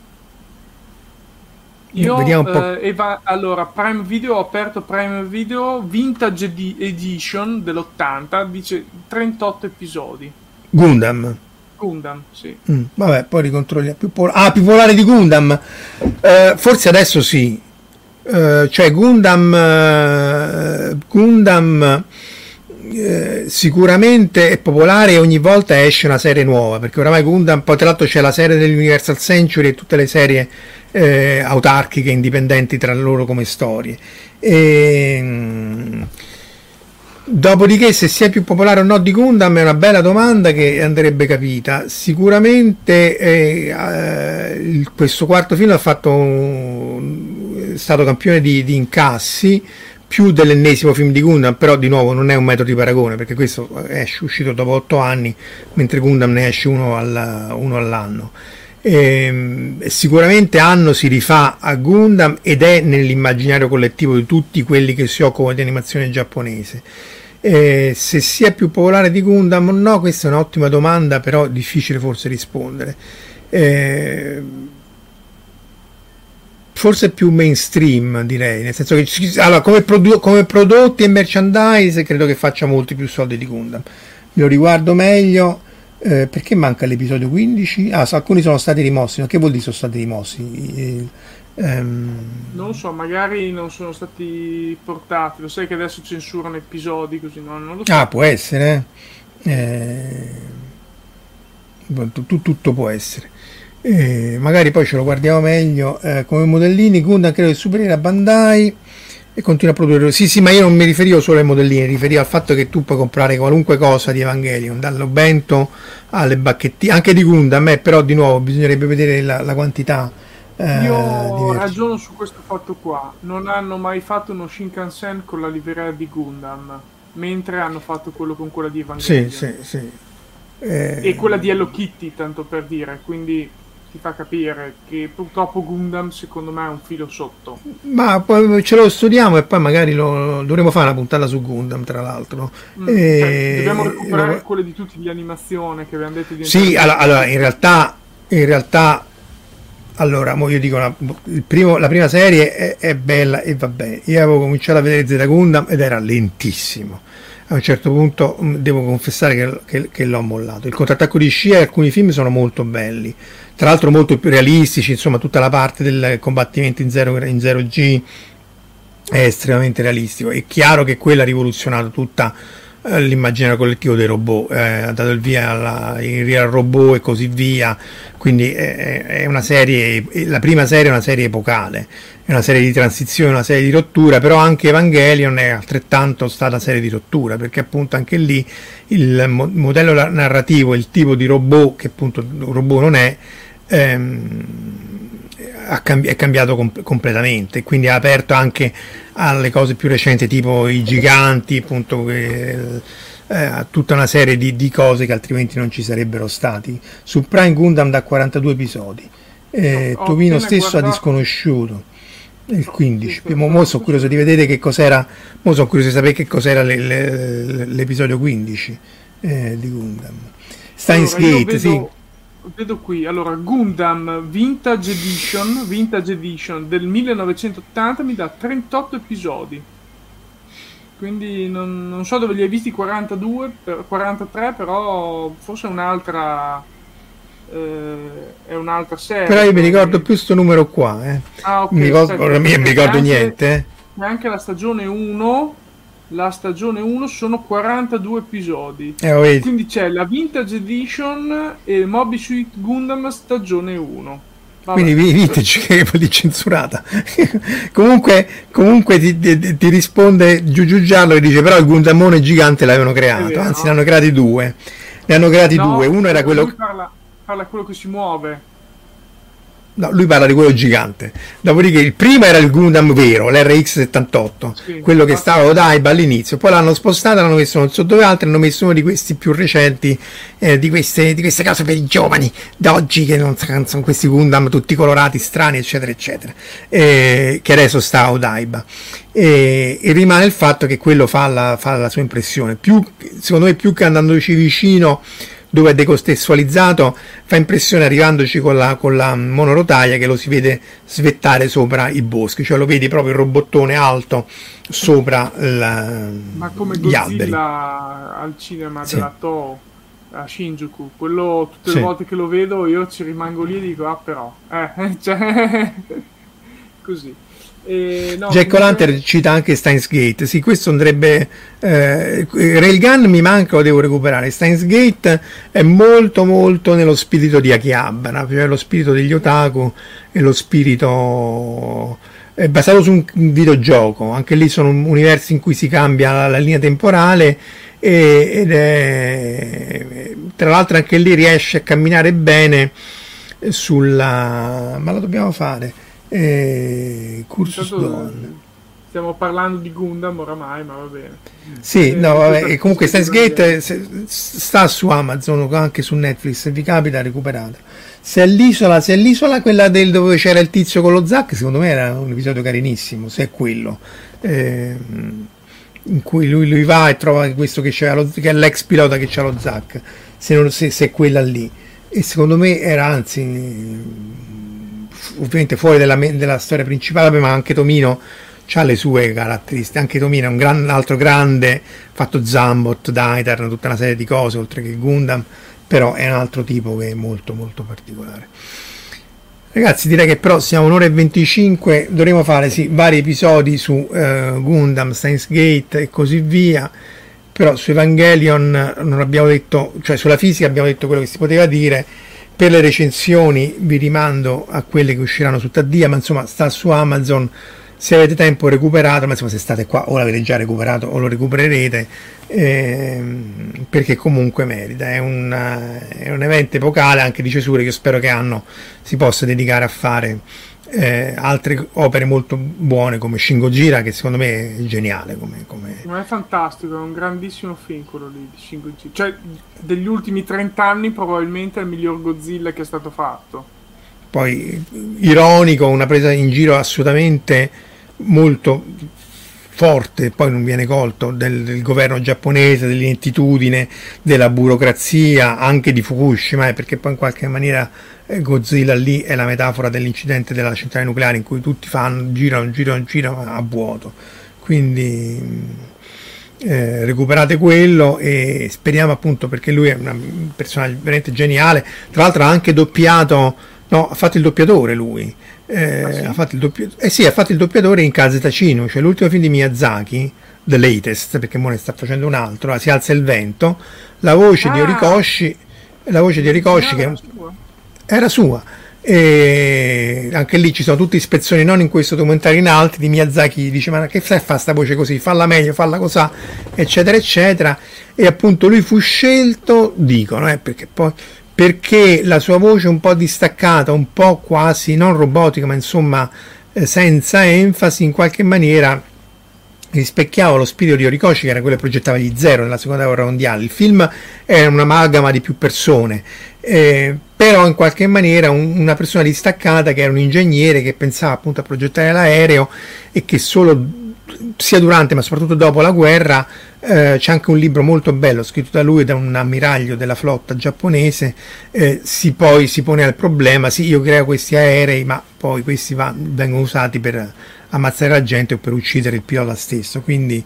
Io, Vediamo un po'. Eh, Eva, allora, Prime Video, ho aperto Prime Video, Vintage Edition dell'ottanta, dice trentotto episodi. Gundam. Gundam, sì. Mm, vabbè, poi ricontrolliamo. Più pol- ah, più popolare di Gundam. Eh, forse adesso sì. Eh, cioè Gundam... Eh, Gundam... Eh, sicuramente è popolare e ogni volta esce una serie nuova, perché oramai Gundam, poi tra l'altro c'è la serie dell'Universal Century e tutte le serie eh, autarchiche indipendenti tra loro come storie. E, mh, dopodiché se sia più popolare o no di Gundam è una bella domanda che andrebbe capita. Sicuramente eh, eh, questo quarto film ha fatto un, è stato campione di, di incassi, più dell'ennesimo film di Gundam, però di nuovo non è un metodo di paragone, perché questo è uscito dopo otto anni, mentre Gundam ne esce uno, alla, uno all'anno. E, sicuramente Anno si rifà a Gundam ed è nell'immaginario collettivo di tutti quelli che si occupano di animazione giapponese. E, se sia più popolare di Gundam o no, questa è un'ottima domanda, però difficile forse rispondere. E, forse più mainstream, direi, nel senso che allora, come, produ- come prodotti e merchandise credo che faccia molti più soldi di Gundam. Me lo riguardo meglio, eh, perché manca l'episodio quindici? Ah, so, alcuni sono stati rimossi, ma che vuol dire sono stati rimossi? Eh, ehm... Non lo so, magari non sono stati portati, lo sai che adesso censurano episodi così, no? Non lo so. Ah, può essere, eh... tutto, tutto può essere. Eh, magari poi ce lo guardiamo meglio. Eh, come modellini Gundam credo che superi a Bandai e continua a produrre. Sì sì, ma io non mi riferivo solo ai modellini, mi riferivo al fatto che tu puoi comprare qualunque cosa di Evangelion, dall'Obento alle bacchettine, anche di Gundam, eh, però di nuovo bisognerebbe vedere la, la quantità. eh, Io ragiono su questo fatto qua. Non hanno mai fatto uno Shinkansen con la livrea di Gundam, mentre hanno fatto quello con quella di Evangelion. Sì sì sì. Eh... E quella di Hello Kitty, tanto per dire, quindi ti fa capire che purtroppo Gundam secondo me è un filo sotto. Ma poi ce lo studiamo e poi magari lo, dovremo fare una puntata su Gundam, tra l'altro. Mm, e, cioè, dobbiamo recuperare lo, quelle di tutti di animazione che abbiamo detto di sì, allora, allora in realtà in realtà allora mo io dico una, il primo, la prima serie è, è bella e va bene. Io avevo cominciato a vedere Z Gundam ed era lentissimo. A un certo punto devo confessare che, che, che l'ho mollato. Il contrattacco di Scia e alcuni film sono molto belli, tra l'altro molto più realistici, insomma tutta la parte del combattimento in zero, in zero G è estremamente realistico. È chiaro che quello ha rivoluzionato tutta eh, l'immaginario collettivo dei robot, eh, ha dato il via alla, il real robot e così via, quindi è, è una serie, la prima serie è una serie epocale, è una serie di transizione, una serie di rottura, però anche Evangelion è altrettanto stata serie di rottura, perché appunto anche lì il mo- modello narrativo, il tipo di robot, che appunto un robot non è, ehm, ha cambi- è cambiato com- completamente, quindi ha aperto anche alle cose più recenti, tipo i giganti, appunto, che, eh, tutta una serie di, di cose che altrimenti non ci sarebbero stati. Su Prime Gundam da quarantadue episodi, eh, Ho Tomino appena stesso guardato- ha disconosciuto il quindici. sì, Mo, mo sono curioso di vedere che cos'era, mo sono curioso di sapere che cos'era le, le, l'episodio quindici eh, di Gundam. Steins Allora, io Gate, vedo, sì. vedo qui, allora Gundam Vintage Edition, Vintage Edition del millenovecentottanta mi dà trentotto episodi. Quindi non, non so dove li hai visti quarantadue, per, quarantatré, però forse è un'altra eh, è un'altra serie. Però io mi ricordo più sto numero qua, eh. Ah, ok. mi ricordo, aspetta, ora mi, mi ricordo anche- niente, eh. E anche la stagione uno, la stagione uno sono quarantadue episodi. Eh, lo vedi. Quindi c'è la Vintage Edition e Moby Suit Gundam stagione uno. Vabbè. Quindi vi- vintage che poi di censurata. comunque comunque ti, ti, ti risponde Giugiu Giallo che dice però il Gundamone gigante l'avevano È creato, vero. anzi ne hanno creati due. Ne hanno creati No, due, uno era quello lui parla, parla quello che si muove. no, lui parla di quello gigante. Dopodiché il primo era il Gundam vero, l'R X settantotto, Sì, quello che ah, stava a Odaiba all'inizio, poi l'hanno spostato, l'hanno messo non so dove altro, hanno messo uno di questi più recenti, eh, di, queste, di queste cose per i giovani d'oggi, che non so- sono questi Gundam tutti colorati, strani, eccetera, eccetera, eh, che adesso sta a Odaiba. E, e rimane il fatto che quello fa la, fa la sua impressione. Più, secondo me, più che andandoci vicino, dove è decontestualizzato, fa impressione arrivandoci con la, con la monorotaia che lo si vede svettare sopra i boschi, cioè lo vedi proprio il robottone alto sopra la, Ma come gli alberi. Godzilla al cinema Sì. della Toho a Shinjuku, quello tutte Sì. le volte che lo vedo io ci rimango lì e dico ah però eh, cioè, così. E, no, Jack comunque- O'Lantern cita anche Steins Gate, sì, questo andrebbe, eh, Railgun mi manca, lo devo recuperare. Steins Gate è molto molto nello spirito di Akihabara, cioè lo spirito degli otaku e lo spirito è basato su un videogioco, anche lì sono universi in cui si cambia la, la linea temporale e, ed è, tra l'altro anche lì riesce a camminare bene sulla, ma lo dobbiamo fare, eh, Cursus Intanto, Dawn. stiamo parlando di Gundam oramai, ma va bene. Sì, Eh, no, vabbè, questa- e comunque questa Steins Gate è- se- sta su Amazon o anche su Netflix, se vi capita recuperatelo. Se è l'isola, se è l'isola quella del dove c'era il tizio con lo Zack, secondo me era un episodio carinissimo, se è quello. Ehm, in cui lui, lui va e trova questo che, c'era lo, che è l'ex pilota che c'ha lo Zack, se, non, se, se è quella lì. E secondo me era anzi, ovviamente fuori della, della storia principale, ma anche Tomino ha le sue caratteristiche. Anche Tomino è un gran, altro grande, fatto Zambot, Daitern, tutta una serie di cose, oltre che Gundam, però è un altro tipo che è molto molto particolare. Ragazzi, direi che però siamo un'ora e venticinque, dovremo fare sì, vari episodi su eh, Gundam, Steins Gate e così via, però su Evangelion non abbiamo detto, cioè sulla fisica abbiamo detto quello che si poteva dire. Per le recensioni vi rimando a quelle che usciranno su Taddia, ma insomma sta su Amazon, se avete tempo recuperatelo, ma insomma se state qua o l'avete già recuperato o lo recupererete, ehm, perché comunque merita, è un, è un evento epocale anche di cesure che io spero che hanno si possa dedicare a fare eh, altre opere molto buone come Shin Gojira, che secondo me è geniale come, come... Ma è fantastico, è un grandissimo film quello lì di Shin Godzilla. Cioè, degli ultimi trenta anni probabilmente è il miglior Godzilla che è stato fatto. poi ironico, una presa in giro assolutamente molto forte, poi non viene colto, del, del governo giapponese, dell'inettitudine, della burocrazia, anche di Fukushima, eh, perché poi in qualche maniera eh, Godzilla lì è la metafora dell'incidente della centrale nucleare, in cui tutti fanno, girano, girano, girano a vuoto. Quindi eh, recuperate quello e speriamo, appunto, perché lui è una, un personaggio veramente geniale, tra l'altro ha anche doppiato, no, ha fatto il doppiatore lui. Eh, ah, sì? ha, fatto il doppia- eh sì, ha fatto il doppiatore in Kazetachino, cioè l'ultimo film di Miyazaki, The Latest, perché ora ne sta facendo un altro, Si alza il vento, la voce ah. di Horikoshi, la voce di Horikoshi che era sua, era sua. E anche lì ci sono tutte ispezioni, non in questo documentario, in altri, di Miyazaki, dice ma che fai a fare sta voce così, falla meglio, falla cosà, eccetera eccetera, e appunto lui fu scelto, dicono, eh, perché poi perché la sua voce un po' distaccata, un po' quasi non robotica, ma insomma eh, senza enfasi, in qualche maniera rispecchiava lo spirito di Horikoshi, che era quello che progettava gli Zero nella seconda guerra mondiale. Il film era un'amalgama di più persone, eh, però in qualche maniera un, una persona distaccata che era un ingegnere che pensava appunto a progettare l'aereo e che solo sia durante ma soprattutto dopo la guerra, eh, c'è anche un libro molto bello scritto da lui, da un ammiraglio della flotta giapponese, eh, si poi si pone al problema, sì, io creo questi aerei ma poi questi va, vengono usati per ammazzare la gente o per uccidere il pilota stesso, quindi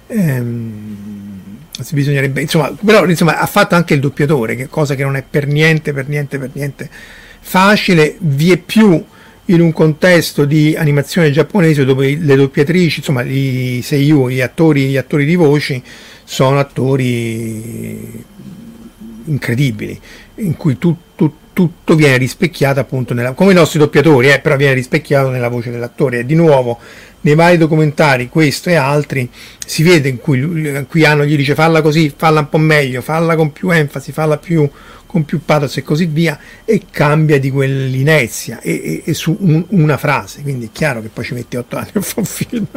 ehm, bisognerebbe, insomma, però insomma ha fatto anche il doppiatore, che cosa che non è per niente per niente per niente facile, vi è più in un contesto di animazione giapponese dove le doppiatrici, insomma i seiyuu, gli attori, gli attori di voci sono attori incredibili, in cui tu, tu, tutto viene rispecchiato appunto nella, come i nostri doppiatori, eh, però viene rispecchiato nella voce dell'attore. E di nuovo nei vari documentari, questo e altri, si vede in cui, in cui Hanno gli dice falla così, falla un po' meglio, falla con più enfasi, falla più con più pathos e così via, e cambia di quell'inezia e, e, e su un, una frase, quindi è chiaro che poi ci metti otto anni a fare un film.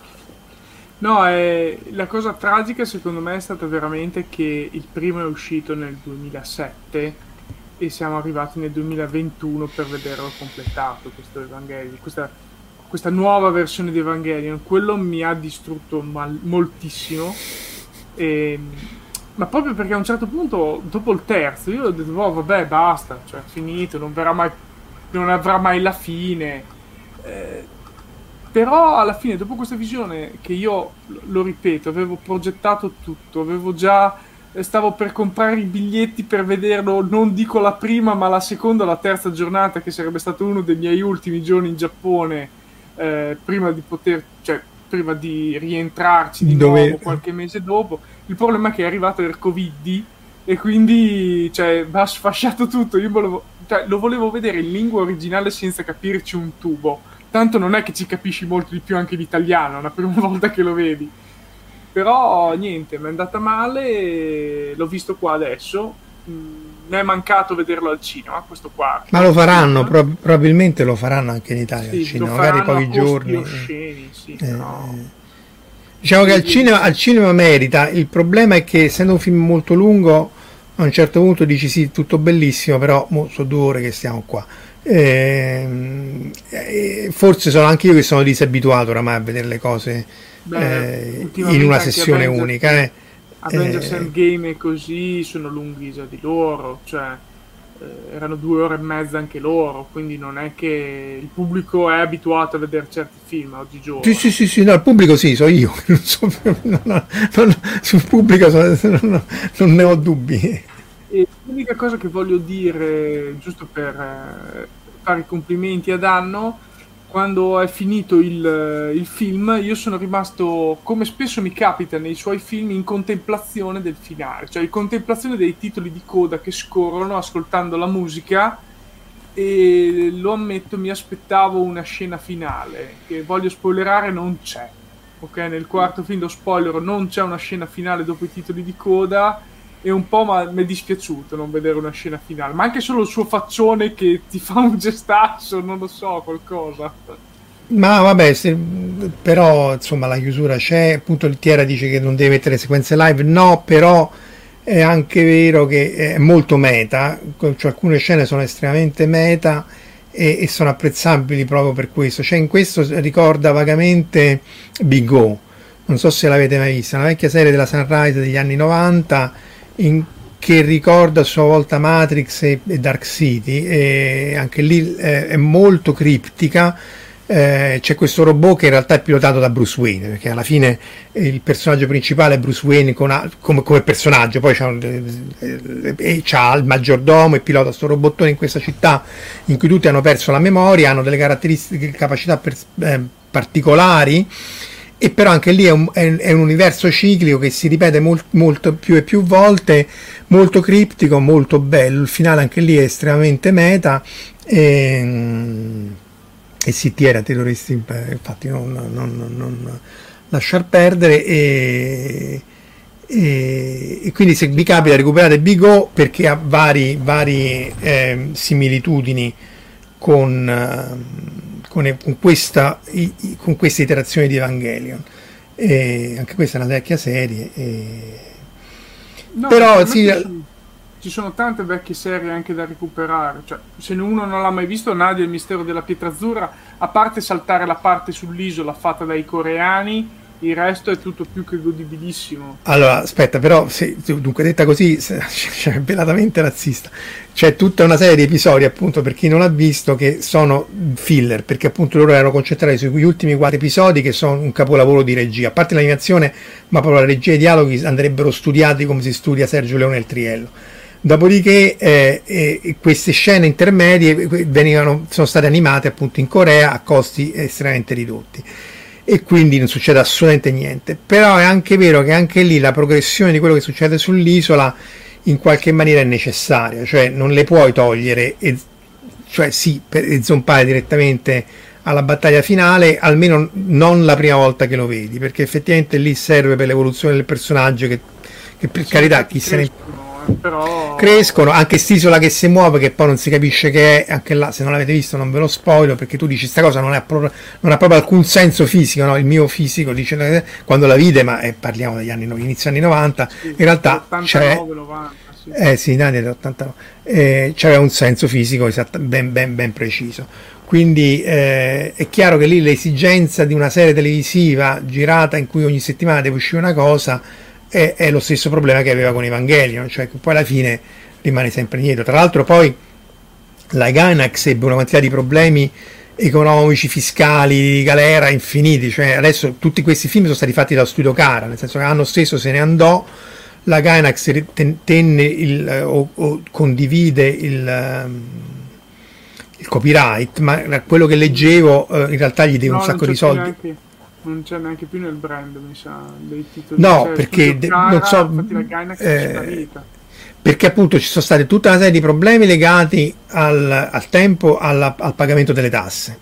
No, è, la cosa tragica secondo me è stata veramente che il primo è uscito nel duemilasette e siamo arrivati nel duemilaventuno per vederlo completato, questo Evangelion, questa, questa nuova versione di Evangelion. Quello mi ha distrutto mal, moltissimo, e ma proprio perché a un certo punto, dopo il terzo, io ho detto, oh, vabbè, basta, cioè, finito, non verrà mai, non avrà mai la fine. Eh, però alla fine, dopo questa visione, che io, lo ripeto, avevo progettato tutto, avevo già, stavo per comprare i biglietti per vederlo, non dico la prima, ma la seconda o la terza giornata, che sarebbe stato uno dei miei ultimi giorni in Giappone, eh, prima di poter, cioè, prima di rientrarci di Dove... nuovo qualche mese dopo. Il problema è che è arrivato il Covid e quindi, cioè, va sfasciato tutto. Io volevo, cioè, lo volevo vedere in lingua originale senza capirci un tubo, tanto non è che ci capisci molto di più anche in italiano, è la prima volta che lo vedi. Però niente, mi è andata male, l'ho visto qua adesso. Mi è mancato vederlo al cinema, questo qua. Ma lo faranno, pro- probabilmente lo faranno anche in Italia, sì, al cinema, magari pochi giorni. Osceni, sì, eh, no. Diciamo che al cinema, al cinema merita. Il problema è che, essendo un film molto lungo, a un certo punto dici sì, tutto bellissimo, però mo, sono due ore che stiamo qua. Eh, eh, forse sono anche io che sono disabituato oramai a vedere le cose Beh, eh, in una sessione Avengers, unica. Eh. Avengers eh, Endgame e così sono lunghi già di loro, cioè eh, erano due ore e mezza anche loro, quindi non è che il pubblico è abituato a vedere certi film oggigiorno. Sì, sì, sì, sì, no, il pubblico sì, so io, non so, no, no, no, sul pubblico so, no, non ne ho dubbi. E l'unica cosa che voglio dire, giusto per eh, fare i complimenti ad Anno, quando è finito il, il film, io sono rimasto, come spesso mi capita nei suoi film, in contemplazione del finale, cioè in contemplazione dei titoli di coda che scorrono ascoltando la musica, e lo ammetto, mi aspettavo una scena finale, che voglio spoilerare, non c'è. Ok, nel quarto film, lo spoiler, non c'è una scena finale dopo i titoli di coda, e un po' mi è dispiaciuto non vedere una scena finale, ma anche solo il suo faccione che ti fa un gestaccio, non lo so, qualcosa. Ma vabbè, se, però insomma la chiusura c'è, appunto il Tiera dice che non deve mettere sequenze live, no, però è anche vero che è molto meta, cioè alcune scene sono estremamente meta e, e sono apprezzabili proprio per questo. Cioè, in questo ricorda vagamente Big O, non so se l'avete mai vista, una vecchia serie della Sunrise degli anni novanta in, che ricorda a sua volta Matrix e, e Dark City, e anche lì eh, è molto criptica. Eh, c'è questo robot che in realtà è pilotato da Bruce Wayne, perché alla fine il personaggio principale è Bruce Wayne con a, come, come personaggio, poi c'ha, eh, eh, c'ha il maggiordomo e pilota questo robottone in questa città in cui tutti hanno perso la memoria, hanno delle caratteristiche, capacità per, eh, particolari, e però anche lì è un, è, è un universo ciclico che si ripete molt, molto più e più volte, molto criptico, molto bello. Il finale anche lì è estremamente meta e, e si tira terroristi, infatti non, non, non, non lasciar perdere, e, e, e quindi se vi capita recuperate Big O, perché ha vari, vari eh, similitudini con Con, con, questa, con queste iterazioni di Evangelion, e anche questa è una vecchia serie, e... no, però sì, ci, sono, ci sono tante vecchie serie anche da recuperare, cioè, se uno non l'ha mai visto, Nadia e il mistero della pietra azzurra, a parte saltare la parte sull'isola fatta dai coreani, il resto è tutto più che godibilissimo. Allora aspetta, però se, dunque detta così cioè, velatamente razzista, c'è tutta una serie di episodi, appunto, per chi non l'ha visto, che sono filler, perché appunto loro erano concentrati sugli ultimi quattro episodi, che sono un capolavoro di regia, a parte l'animazione, ma proprio la regia e i dialoghi andrebbero studiati come si studia Sergio Leone e il Triello. Dopodiché eh, eh, queste scene intermedie venivano, sono state animate appunto in Corea a costi estremamente ridotti, e quindi non succede assolutamente niente. Però è anche vero che anche lì la progressione di quello che succede sull'isola in qualche maniera è necessaria, cioè non le puoi togliere, e, cioè sì, per e zompare direttamente alla battaglia finale, almeno non la prima volta che lo vedi, perché effettivamente lì serve per l'evoluzione del personaggio, che, che per sì, carità chi se ne però... crescono, anche st'isola che si muove, che poi non si capisce che è, anche là se non l'avete visto non ve lo spoilo, perché tu dici sta cosa non, è proprio, non ha proprio alcun senso fisico, no? Il mio fisico dice quando la vide, ma eh, parliamo degli anni inizio anni novanta, sì, in realtà ottantanove novanta, sì. Eh sì, in anni dell'ottantanove eh, c'era un senso fisico esatto, ben, ben, ben preciso, quindi eh, è chiaro che lì l'esigenza di una serie televisiva girata in cui ogni settimana deve uscire una cosa È, è lo stesso problema che aveva con Evangelion, cioè che poi alla fine rimane sempre indietro. Tra l'altro poi la Gainax ebbe una quantità di problemi economici, fiscali, di galera infiniti, cioè adesso tutti questi film sono stati fatti dallo studio Cara, nel senso che l'anno stesso se ne andò, la Gainax tenne il, o, o condivide il, il copyright, ma da quello che leggevo in realtà gli deve no, un sacco di soldi. Neanche. Non c'è neanche più nel brand, mi sa, dei titoli. No, cioè, perché de, cara, non so, la Gainax eh, perché appunto ci sono state tutta una serie di problemi legati al, al tempo, alla, al pagamento delle tasse.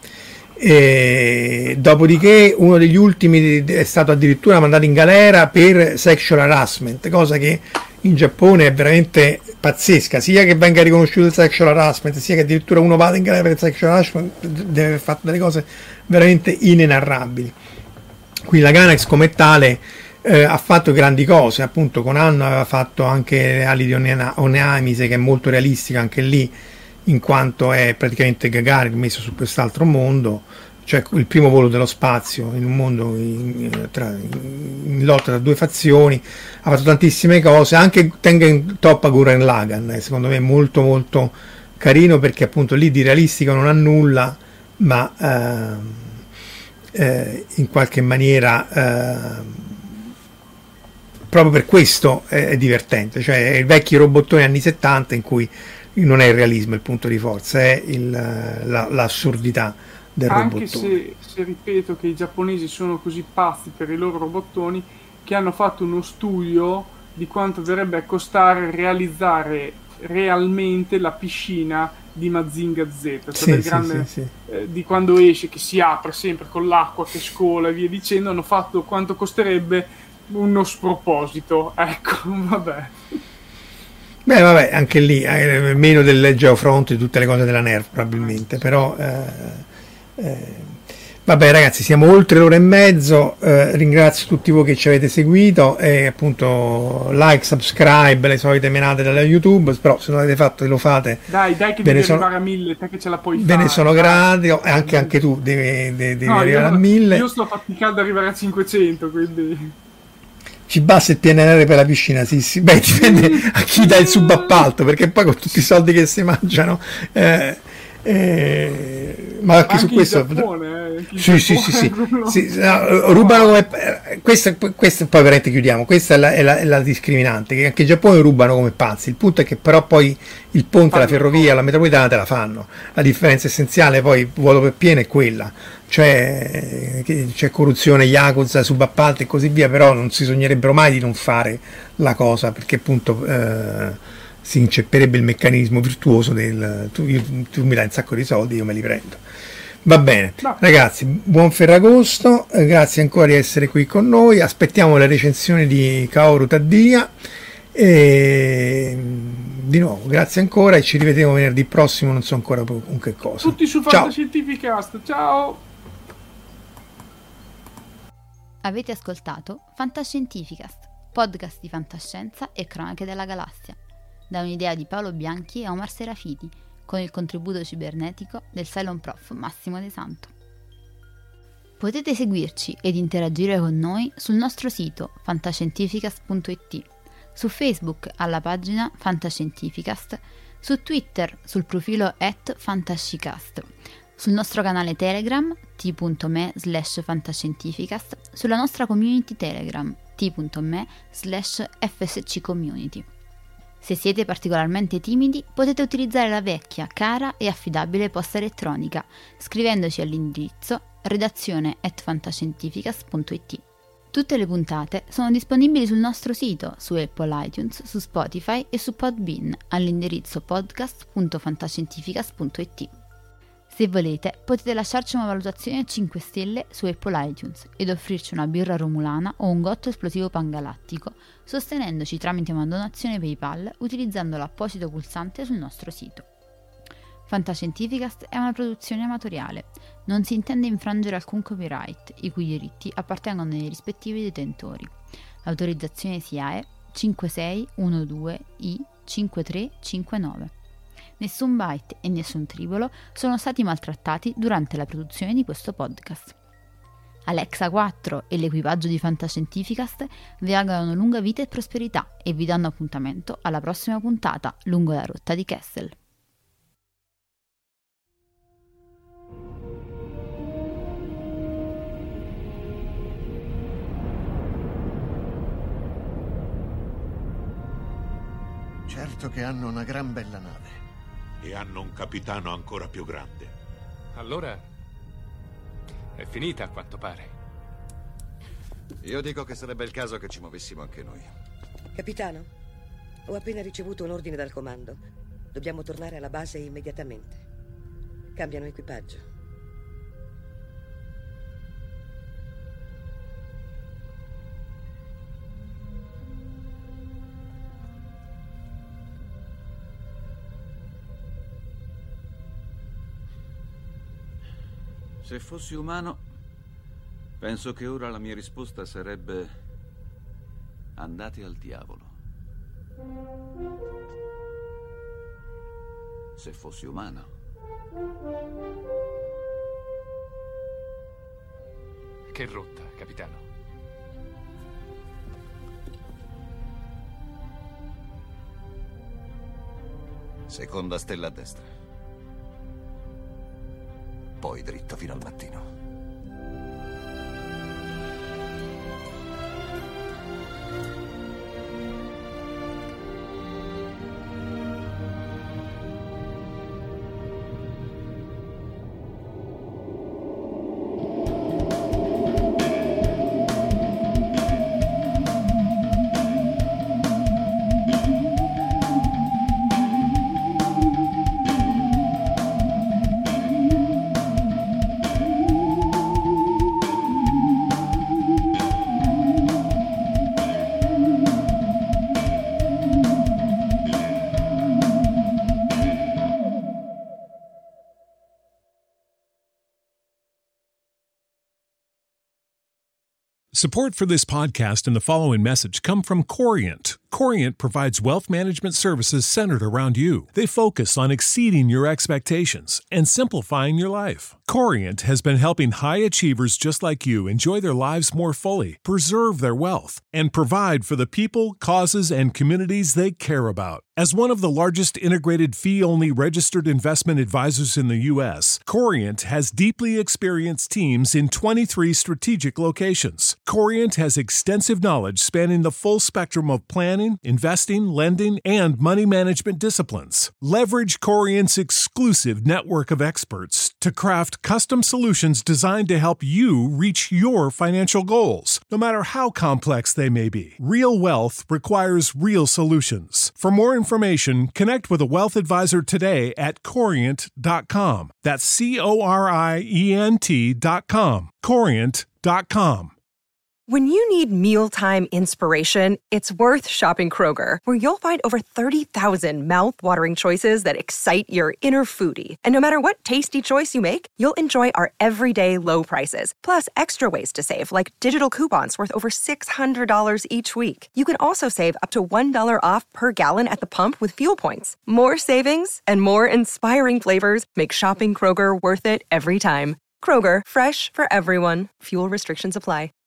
E dopodiché uno degli ultimi è stato addirittura mandato in galera per sexual harassment, cosa che in Giappone è veramente pazzesca, sia che venga riconosciuto il sexual harassment, sia che addirittura uno vada in galera per il sexual harassment, deve aver fatto delle cose veramente inenarrabili. Quindi la Gainax come tale eh, ha fatto grandi cose, appunto con Anno aveva fatto anche Ali di Oneamise, che è molto realistica anche lì, in quanto è praticamente Gagarin messo su quest'altro mondo, cioè il primo volo dello spazio in un mondo in, tra, in lotta tra due fazioni. Ha fatto tantissime cose, anche Tengen Toppa Gurren Lagann secondo me è molto molto carino, perché appunto lì di realistico non ha nulla, ma eh, Eh, in qualche maniera eh, proprio per questo è, è divertente, cioè i vecchi robottoni anni settanta in cui non è il realismo il punto di forza, è il, la, l'assurdità del anche robottone. Se, se ripeto che i giapponesi sono così pazzi per i loro robottoni che hanno fatto uno studio di quanto verrebbe a costare realizzare realmente la piscina di Mazinga Z, cioè sì, del sì, grande, sì, sì. Eh, di quando esce, che si apre sempre con l'acqua che scola e via dicendo. Hanno fatto quanto costerebbe uno sproposito, ecco. Vabbè, beh vabbè, anche lì eh, meno del Geofront e tutte le cose della Nerf probabilmente, però eh, eh, Vabbè ragazzi, siamo oltre l'ora e mezzo, eh, ringrazio tutti voi che ci avete seguito e appunto like, subscribe, le solite menate dalla YouTube, però se non l'avete fatto lo fate. Dai, dai che devi sono, arrivare a mille, te che ce la puoi ve fare. Ve ne sono grato, e anche, anche tu devi, devi, devi no, arrivare io, a mille. Io sto faticando ad arrivare a cinquecento, quindi... Ci basta il P N R R per la piscina, sì, sì. Beh, dipende a chi dà il subappalto, perché poi con tutti i soldi che si mangiano... Eh, Eh, ma anche, anche su questo Giappone, eh, sì, sì, sì, sì, sì, no, rubano come questa, questa poi veramente chiudiamo, questa è la, è, la, è la discriminante, che anche in Giappone rubano come pazzi, il punto è che però poi il ponte, la ferrovia, la metropolitana te la fanno, la differenza essenziale poi vuoto per pieno è quella, cioè c'è corruzione, yakuza, subappalti e così via, però non si sognerebbero mai di non fare la cosa, perché appunto eh, si incepperebbe il meccanismo virtuoso del tu, tu mi dai un sacco di soldi, io me li prendo. Va bene, no. Ragazzi, buon Ferragosto, eh, grazie ancora di essere qui con noi, aspettiamo le recensioni di Kaoru Taddia e di nuovo grazie ancora e ci rivedremo venerdì prossimo, non so ancora con che cosa. Tutti su Fantascientificast, ciao! Avete ascoltato Fantascientificast, podcast di fantascienza e cronache della galassia, da un'idea di Paolo Bianchi e Omar Serafiti, con il contributo cibernetico del Cylon Prof Massimo De Santo. Potete seguirci ed interagire con noi sul nostro sito fantascientificast punto it, su Facebook alla pagina Fantascientificast, su Twitter sul profilo at fantascicast, sul nostro canale Telegram t.me slash fantascientificast, sulla nostra community Telegram t.me slash fsccommunity. Se siete particolarmente timidi, potete utilizzare la vecchia, cara e affidabile posta elettronica, scrivendoci all'indirizzo redazione at fantascientificast punto it. Tutte le puntate sono disponibili sul nostro sito, su Apple iTunes, su Spotify e su Podbean, all'indirizzo podcast punto fantascientificast punto it. Se volete, potete lasciarci una valutazione a cinque stelle su Apple iTunes ed offrirci una birra romulana o un gotto esplosivo pangalattico, sostenendoci tramite una donazione PayPal utilizzando l'apposito pulsante sul nostro sito. Fantascientificast è una produzione amatoriale, non si intende infrangere alcun copyright, i cui diritti appartengono ai rispettivi detentori. L'autorizzazione S I A E cinque sei uno due I cinque tre cinque nove. Nessun byte e nessun tribolo sono stati maltrattati durante la produzione di questo podcast. Alexa quattro e l'equipaggio di Fantascientificast vi augurano lunga vita e prosperità e vi danno appuntamento alla prossima puntata lungo la rotta di Kessel. Certo che hanno una gran bella nave. E hanno un capitano ancora più grande. Allora è finita a quanto pare. Io dico che sarebbe il caso che ci muovessimo anche noi. Capitano, ho appena ricevuto un ordine dal comando. Dobbiamo tornare alla base immediatamente. Cambiano equipaggio. Se fossi umano, penso che ora la mia risposta sarebbe: andate al diavolo. Se fossi umano. Che rotta, capitano? Seconda stella a destra. Poi dritto fino al mattino. Support for this podcast and the following message come from Corient. Corient provides wealth management services centered around you. They focus on exceeding your expectations and simplifying your life. Corient has been helping high achievers just like you enjoy their lives more fully, preserve their wealth, and provide for the people, causes, and communities they care about. As one of the largest integrated fee-only registered investment advisors in the U S, Corient has deeply experienced teams in twenty-three strategic locations. Corient has extensive knowledge spanning the full spectrum of planning, investing, lending, and money management disciplines. Leverage Corient's exclusive network of experts to craft custom solutions designed to help you reach your financial goals, no matter how complex they may be. Real wealth requires real solutions. For more information, connect with a wealth advisor today at corient dot com. That's C O R I E N T dot com. corient dot com. When you need mealtime inspiration, it's worth shopping Kroger, where you'll find over thirty thousand mouth-watering choices that excite your inner foodie. And no matter what tasty choice you make, you'll enjoy our everyday low prices, plus extra ways to save, like digital coupons worth over six hundred dollars each week. You can also save up to one dollar off per gallon at the pump with fuel points. More savings and more inspiring flavors make shopping Kroger worth it every time. Kroger, fresh for everyone. Fuel restrictions apply.